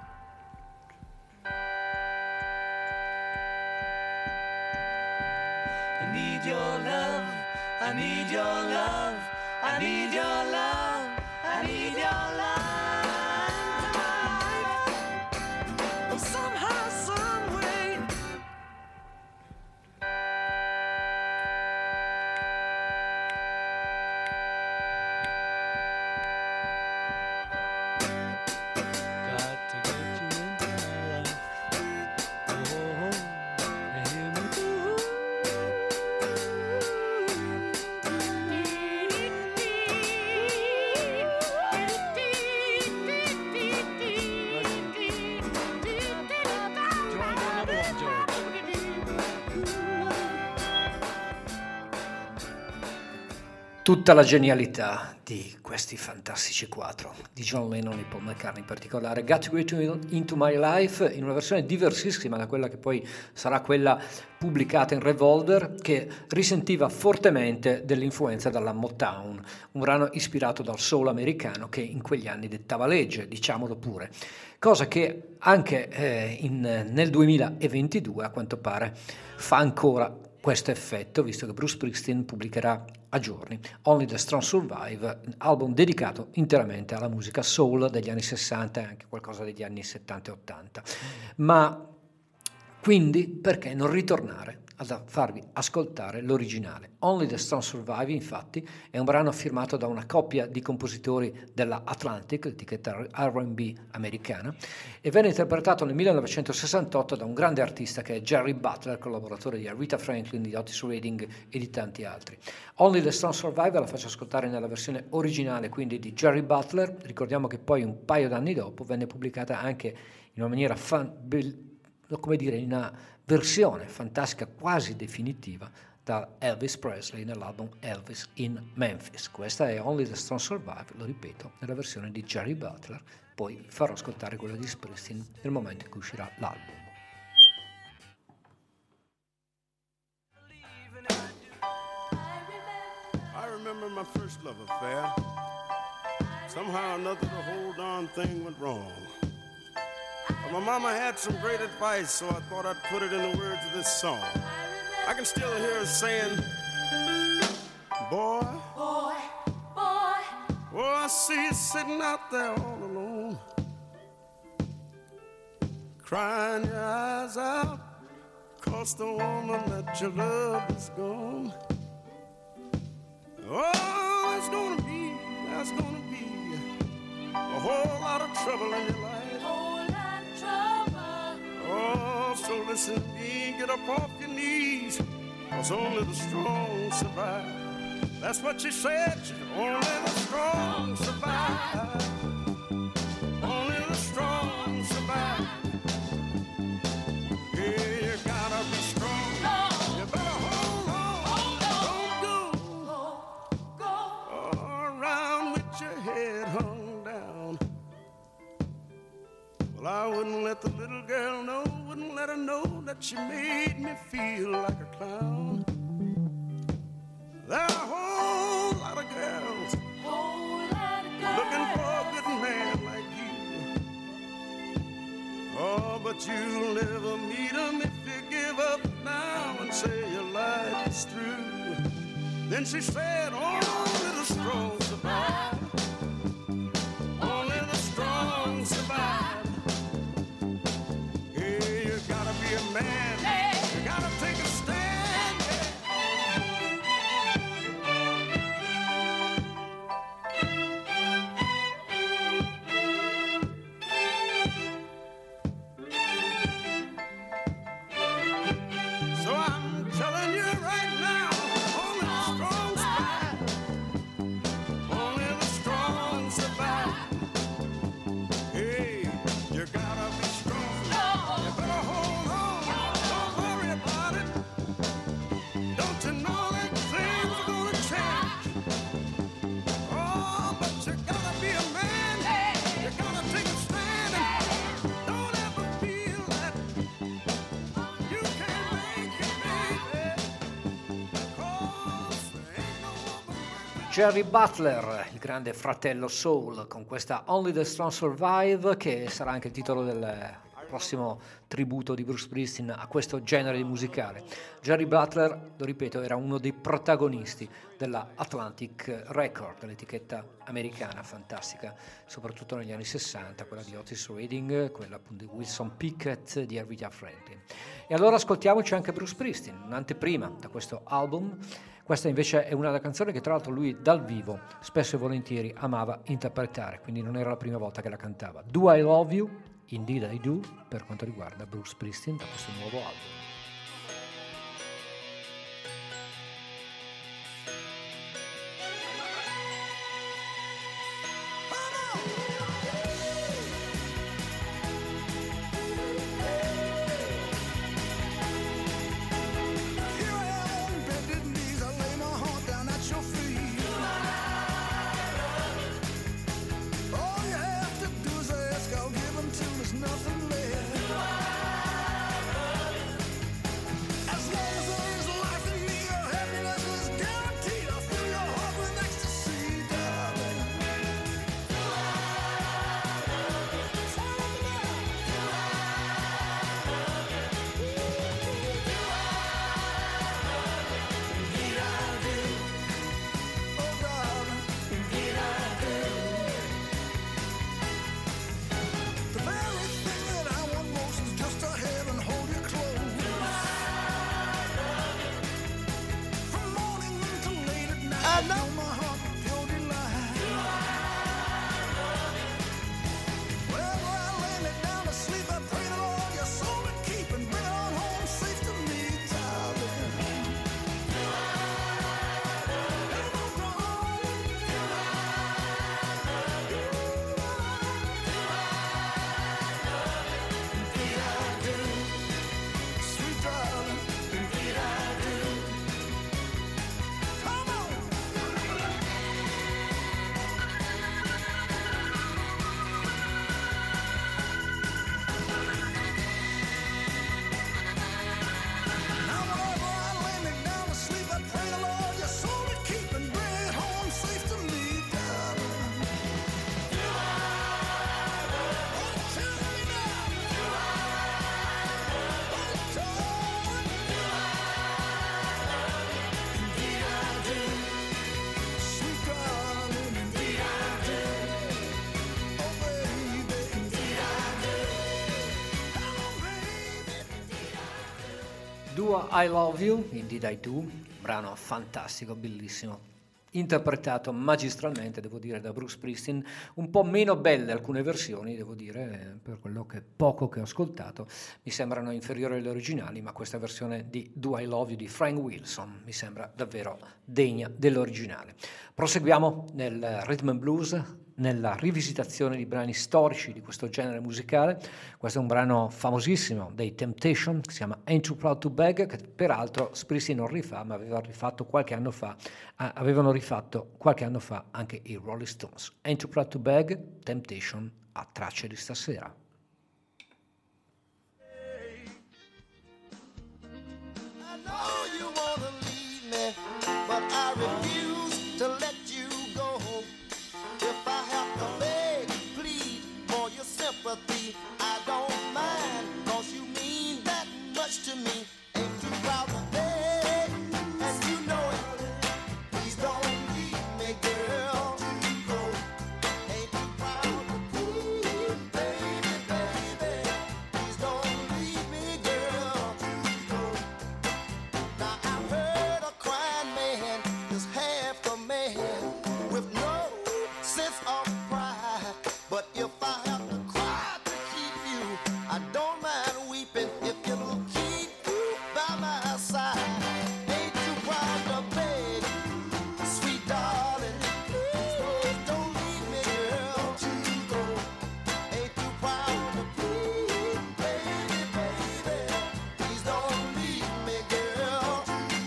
I need your love, I need your love, I need your love, I need your love into my life somehow, some way. Got to get you into my life. Oh, you hear me? Tutta la genialità di questi fantastici quattro, di John Lennon e Paul McCartney in particolare, Got to Get You Into My Life, in una versione diversissima da quella che poi sarà quella pubblicata in Revolver, che risentiva fortemente dell'influenza dalla Motown, un brano ispirato dal soul americano che in quegli anni dettava legge, diciamolo pure, cosa che anche eh, in, nel duemilaventidue a quanto pare fa ancora questo effetto, visto che Bruce Springsteen pubblicherà a giorni Only the Strong Survive, un album dedicato interamente alla musica soul degli anni sessanta e anche qualcosa degli anni settanta e ottanta. Ma quindi perché non ritornare a farvi ascoltare l'originale? Only the Strong Survive, infatti, è un brano firmato da una coppia di compositori della Atlantic, l'etichetta R and B americana, e venne interpretato nel millenovecentosessantotto da un grande artista che è Jerry Butler, collaboratore di Aretha Franklin, di Otis Redding e di tanti altri. Only the Strong Survive la faccio ascoltare nella versione originale, quindi di Jerry Butler. Ricordiamo che poi un paio d'anni dopo venne pubblicata anche in una maniera fan, come dire, in una versione fantastica quasi definitiva da Elvis Presley nell'album Elvis in Memphis. Questa è Only the Strong Survive, lo ripeto, nella versione di Jerry Butler, poi farò ascoltare quella di Springsteen nel momento in cui uscirà l'album. I remember my first love affair. Somehow or another the whole darn thing went wrong. But my mama had some great advice, so I thought I'd put it in the words of this song. I can still hear her saying, boy, Boy, boy, oh, I see you sitting out there all alone, crying your eyes out, 'cause the woman that you love is gone. Oh, there's gonna be, there's gonna be a whole lot of trouble in your life. whole lot of trouble. Oh, so listen to me, get up off your knees, 'cause only the strong survive. That's what she said, she said, only the strong survive. Only the strong survive. Yeah, you gotta be strong. You better hold on. Don't go around with your head hung down. Well, I wouldn't let the little girl know, wouldn't let her know that she made me feel like a clown. There are a whole lot of girls, Whole lot of girls. looking for a good man like you. Oh, but you'll never meet him if you give up now and say your life is through. Then she said, only the strong survive. Only the strong survive. Yeah, you gotta be a man. You gotta take a stand. So I'm telling you right now, only the strong survive. Only the strong survive. Hey, you gotta be strong. You better hold on. Don't worry about it. Don't you know that things are gonna change? Oh, but you gotta be a man. You gotta take a stand. And don't ever feel that you can't make it, baby. 'Cause there ain't no woman. Jerry Butler, il grande fratello soul, con questa Only the Strong Survive, che sarà anche il titolo del prossimo tributo di Bruce Springsteen a questo genere musicale. Jerry Butler, lo ripeto, era uno dei protagonisti della Atlantic Record, l'etichetta americana fantastica, soprattutto negli anni sessanta, quella di Otis Redding, quella appunto di Wilson Pickett, di Aretha Franklin. E allora ascoltiamoci anche Bruce Springsteen, un'anteprima da questo album. Questa invece è una canzone che tra l'altro lui dal vivo spesso e volentieri amava interpretare, quindi non era la prima volta che la cantava. Do I Love You? Indeed I Do, per quanto riguarda Bruce Springsteen da questo nuovo album. Bended knees, I lay my heart down at your feet. All you have to do is ask, I'll give until there's nothing left. Do I Love You, Indeed I Do, brano fantastico, bellissimo, interpretato magistralmente, devo dire, da Bruce Springsteen, un po' meno belle alcune versioni, devo dire, per quello che poco che ho ascoltato, mi sembrano inferiori alle originali, ma questa versione di Do I Love You di Frank Wilson mi sembra davvero degna dell'originale. Proseguiamo nel rhythm and blues, nella rivisitazione di brani storici di questo genere musicale. Questo è un brano famosissimo dei Temptation che si chiama Ain't Too Proud to Beg, che peraltro Springsteen non rifà, ma aveva rifatto qualche anno fa, ah, avevano rifatto qualche anno fa anche i Rolling Stones. Ain't Too Proud to Beg, Temptation, a Tracce di Stasera. I know you wanna leave me, but I refuse to let you go. If I have to beg, plead for your sympathy, I don't mind, cause you mean that much to me. Ain't too proud to beg, and you know it. Please don't leave me, girl. Ain't too proud to plead, baby, baby. Please don't leave me, girl. Now I've heard a crying man is half a man with no sense of pride. But if I have to cry to keep you, I don't mind weeping if it'll keep you by my side. Ain't too proud to beg, sweet darling. Please don't leave me, girl. Ain't too proud to plead, baby, baby. Please don't leave me, girl.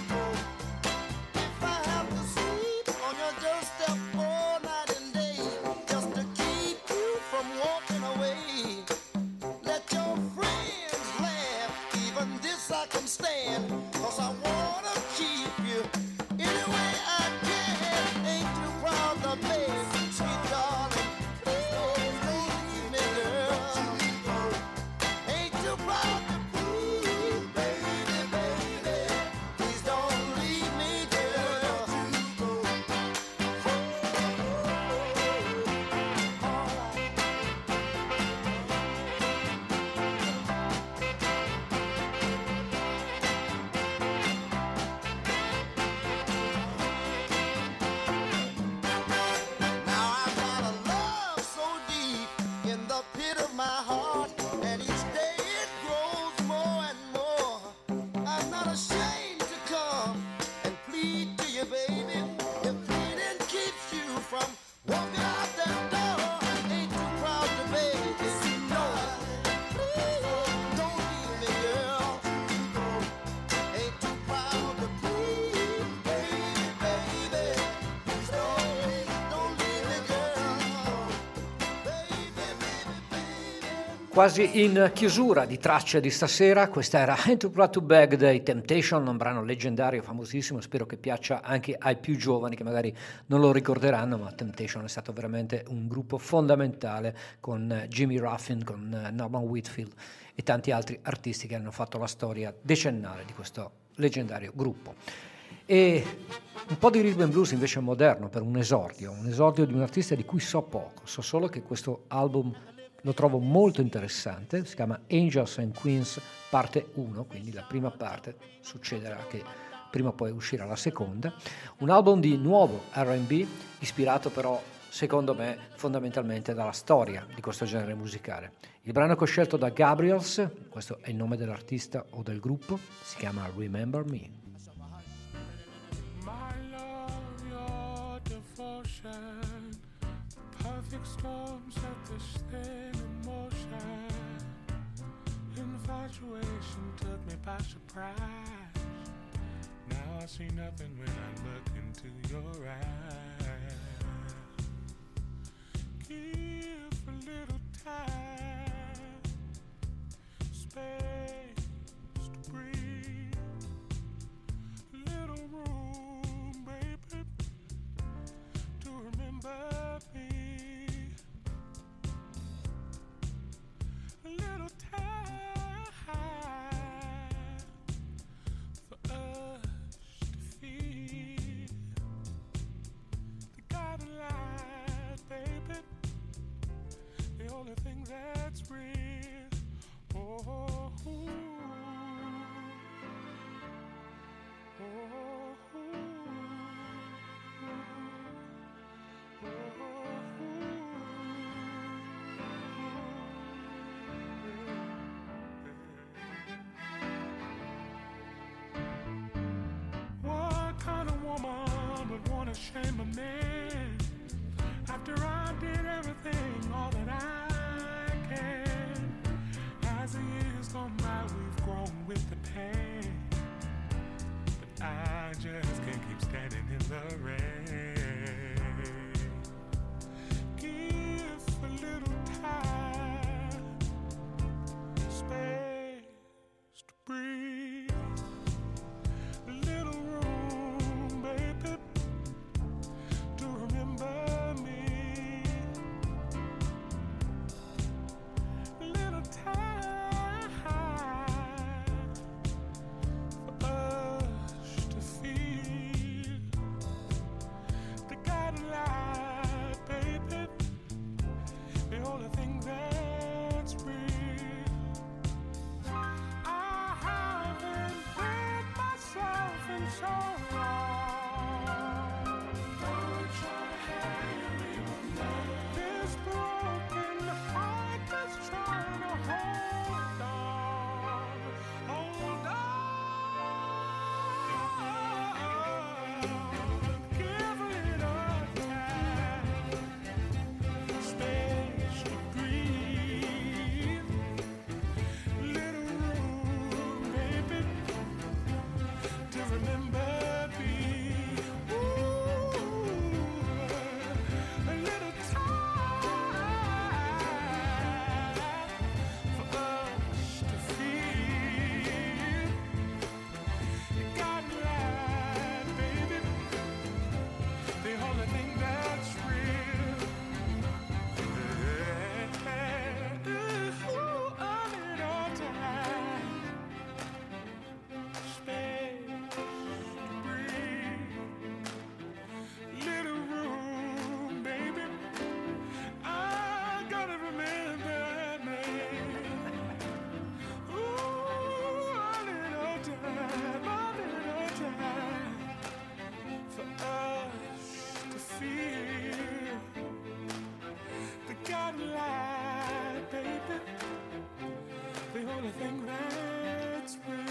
If I have to sleep on your doorstep all night and day, just to keep you from walking away, let your friends laugh, even this I can stand, cause I wanna keep you any way I can. Ain't too proud to beg, sweet darling. Please don't leave me, girl. Ain't too proud to plead, baby, baby. Please don't leave me, girl. Now I've got a love so deep in the pit of my heart, and each day it grows more and more. I'm not ashamed to come and plead to you, baby. If pleading keeps you from walking out that door, ain't too proud to beg, yes you know it. Please don't leave me, girl. Ain't too proud to plead, baby, baby. Please don't leave, don't leave me, girl. Baby, baby, baby. Quasi in chiusura di Tracce di Stasera, questa era Ain't Too Proud to Beg dei Temptation, un brano leggendario, famosissimo, spero che piaccia anche ai più giovani che magari non lo ricorderanno, ma Temptation è stato veramente un gruppo fondamentale con eh, Jimmy Ruffin, con eh, Norman Whitfield e tanti altri artisti che hanno fatto la storia decennale di questo leggendario gruppo. E un po' di rhythm and blues invece moderno per un esordio, un esordio di un artista di cui so poco, so solo che questo album lo trovo molto interessante, si chiama Angels and Queens parte uno, quindi la prima parte, succederà che prima o poi uscirà la seconda, un album di nuovo R and B, ispirato però secondo me fondamentalmente dalla storia di questo genere musicale. Il brano che ho scelto da Gabriels, questo è il nome dell'artista o del gruppo, si chiama Remember Me. My love, your devotion, perfect storm set this thing in motion. Infatuation took me by surprise. Now I see nothing when I look into your eyes. Give a little time, space to breathe, little room, baby, to remember me. A little time for us to feel the guiding light, baby, the only thing that's real. Oh, shame of me. After I did everything, all that I can. As the years gone by, we've grown with the pain. But I just can't keep standing in the rain. Give a little time, space to breathe. A little room, baby, to remember me. A little time for us to feel the guiding light, baby, the only thing that's real. I haven't put myself in so long. Don't try to hang me with love. This broken heart that's trying to hold on, hold on. Give it a time, space to breathe. Little room, baby, to remember me. Ooh, a little time for us to feel. You got me right, baby, the only thing that's real. Ooh, a little time, space to breathe. Little room, baby, I gotta remember me. Ooh, a little time, a little time for us to feel the guiding light, baby, the only thing that's real.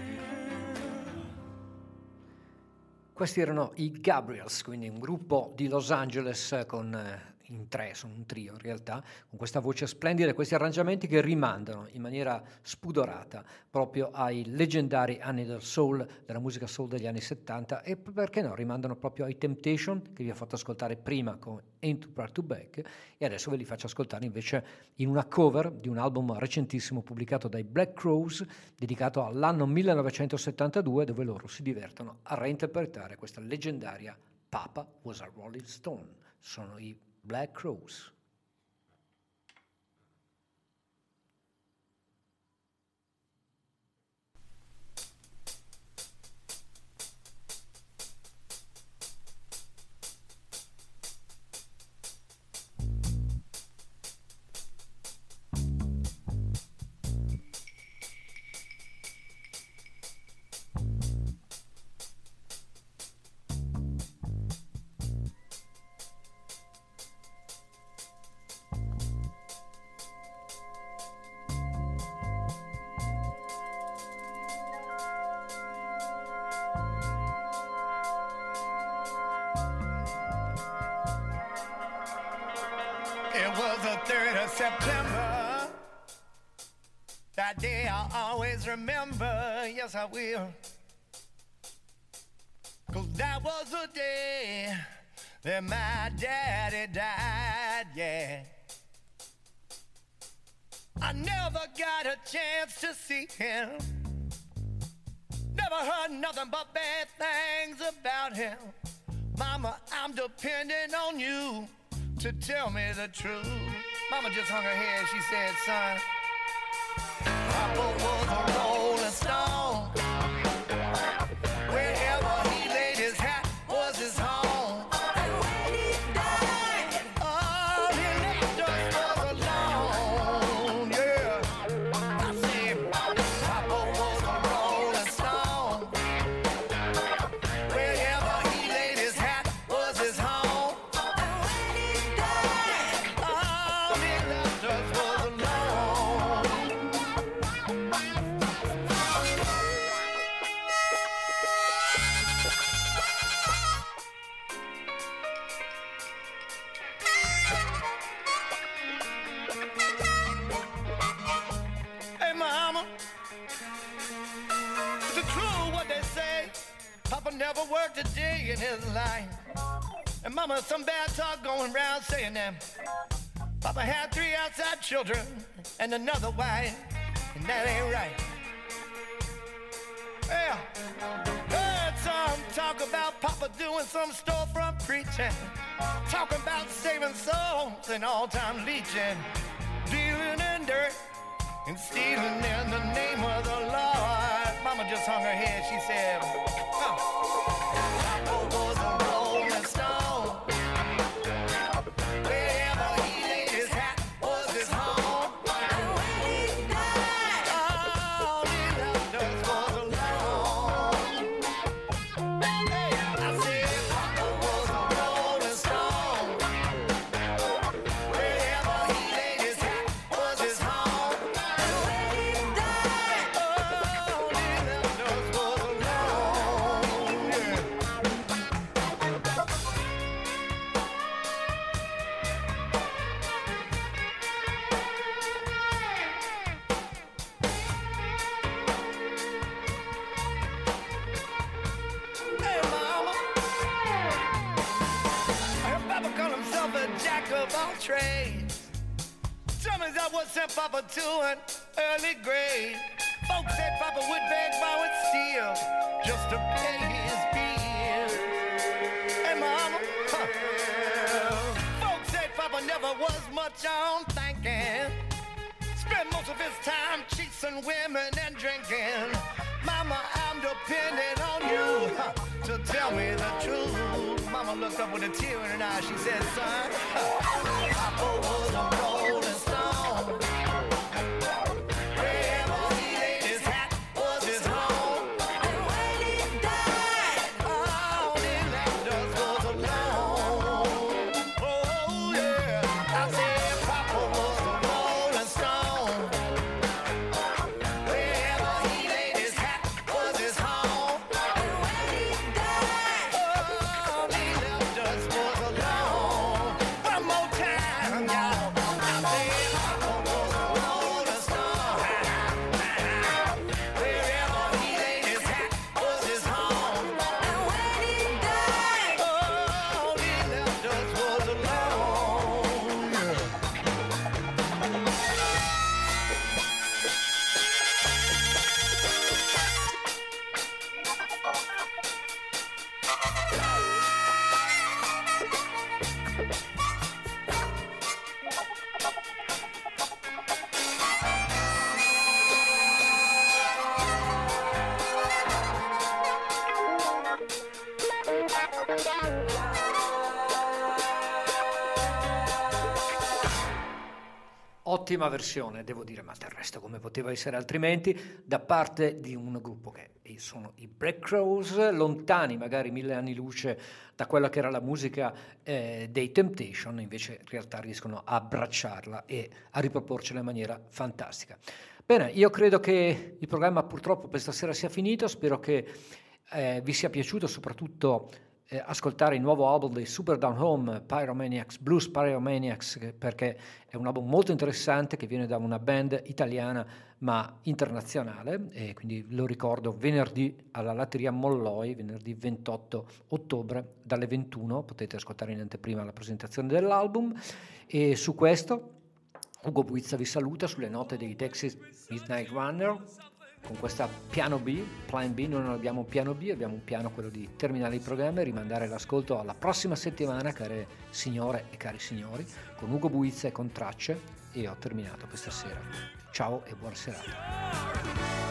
Questi erano i Gabriels, quindi un gruppo di Los Angeles con, eh, in tre, sono un trio in realtà, con questa voce splendida e questi arrangiamenti che rimandano in maniera spudorata proprio ai leggendari anni del soul, della musica soul degli anni settanta e perché no, rimandano proprio ai Temptation che vi ho fatto ascoltare prima con Ain't Too Proud to Beg e adesso ve li faccio ascoltare invece in una cover di un album recentissimo pubblicato dai Black Crowes dedicato all'anno millenovecentosettantadue dove loro si divertono a reinterpretare questa leggendaria Papa Was a Rolling Stone. Sono i Black Crowes. It was the third of September. That day I'll always remember. Yes, I will. 'Cause that was the day that my daddy died, yeah. I never got a chance to see him. Never heard nothing but bad things about him. Mama, I'm depending on you to tell me the truth. Mama just hung her head. She said, son, Papa was a rolling stone. Wherever he laid his hat was his home. And when he died, all he left us was alone. Yeah, I said, Papa was a rolling stone. Wherever he laid his hat was his home. And when he died, all he left us was alone. what they say. Papa never worked a day in his life. And mama, some bad talk going around saying that Papa had three outside children and another wife, and that ain't right. Yeah, heard some talk about Papa doing some storefront preaching, talking about saving souls and all-time leeching, dealing in dirt and stealing in the name of the Lord. Mama just hung her head. She said, huh. Papa was a rolling stone. Wherever he laid his hat was his home. And when he died, all he left us was alone. Hey, I said, Papa was a rolling stone. Wherever he laid his hat was his home. And when he died, all he left us was alone. Yeah. Hey, mama. I heard Papa call himself a jack of all trades. Tell me that what sent Papa to an early grave. Folks said Papa would beg, borrow, and steal just to pay his bills. Hey, mama. Huh. Folks said Papa never was much on thinking. Spent most of his time chasing women and drinking. Mama, I'm depending on you huh, to tell me the truth. Mama looked up with a tear in her eye. She said, son, huh, Papa was a rolling stone. Wherever he laid his hat was his home. And when he died, all he left us was alone. Oh, yeah. I said Papa was a rolling stone. Wherever he laid his hat was his home. And when he died, all he left us was alone. One more time, y'all. I said Papa was a rolling stone. Wherever he laid his hat was his home. And when he died, all he left us was alone. Yeah. Ottima versione, devo dire, ma del resto come poteva essere altrimenti, da parte di un gruppo che sono i Black Crowes, lontani magari mille anni luce da quella che era la musica eh, dei Temptation, invece in realtà riescono a abbracciarla e a riproporcela in maniera fantastica. Bene, io credo che il programma purtroppo per stasera sia finito, spero che eh, vi sia piaciuto soprattutto eh, ascoltare il nuovo album dei Super Down Home, Pyromaniacs, Blues Pyromaniacs, che- perché è un album molto interessante che viene da una band italiana ma internazionale, e quindi lo ricordo venerdì alla Latteria Molloy, venerdì ventotto ottobre dalle ventuno, potete ascoltare in anteprima la presentazione dell'album. E su questo Ugo Buizza vi saluta sulle note dei Texas Midnight Runner con questa piano B, plan B. Noi non abbiamo un piano B, abbiamo un piano, quello di terminare il programma e rimandare l'ascolto alla prossima settimana, care signore e cari signori, con Ugo Buizza e con Tracce. E ho terminato questa sera. Ciao e buona serata.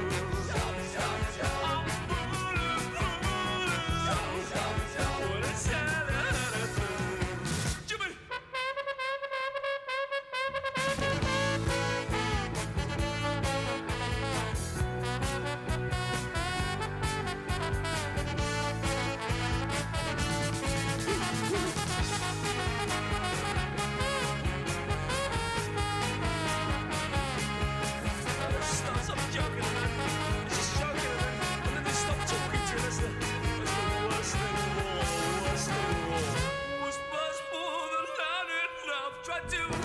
What I say tried to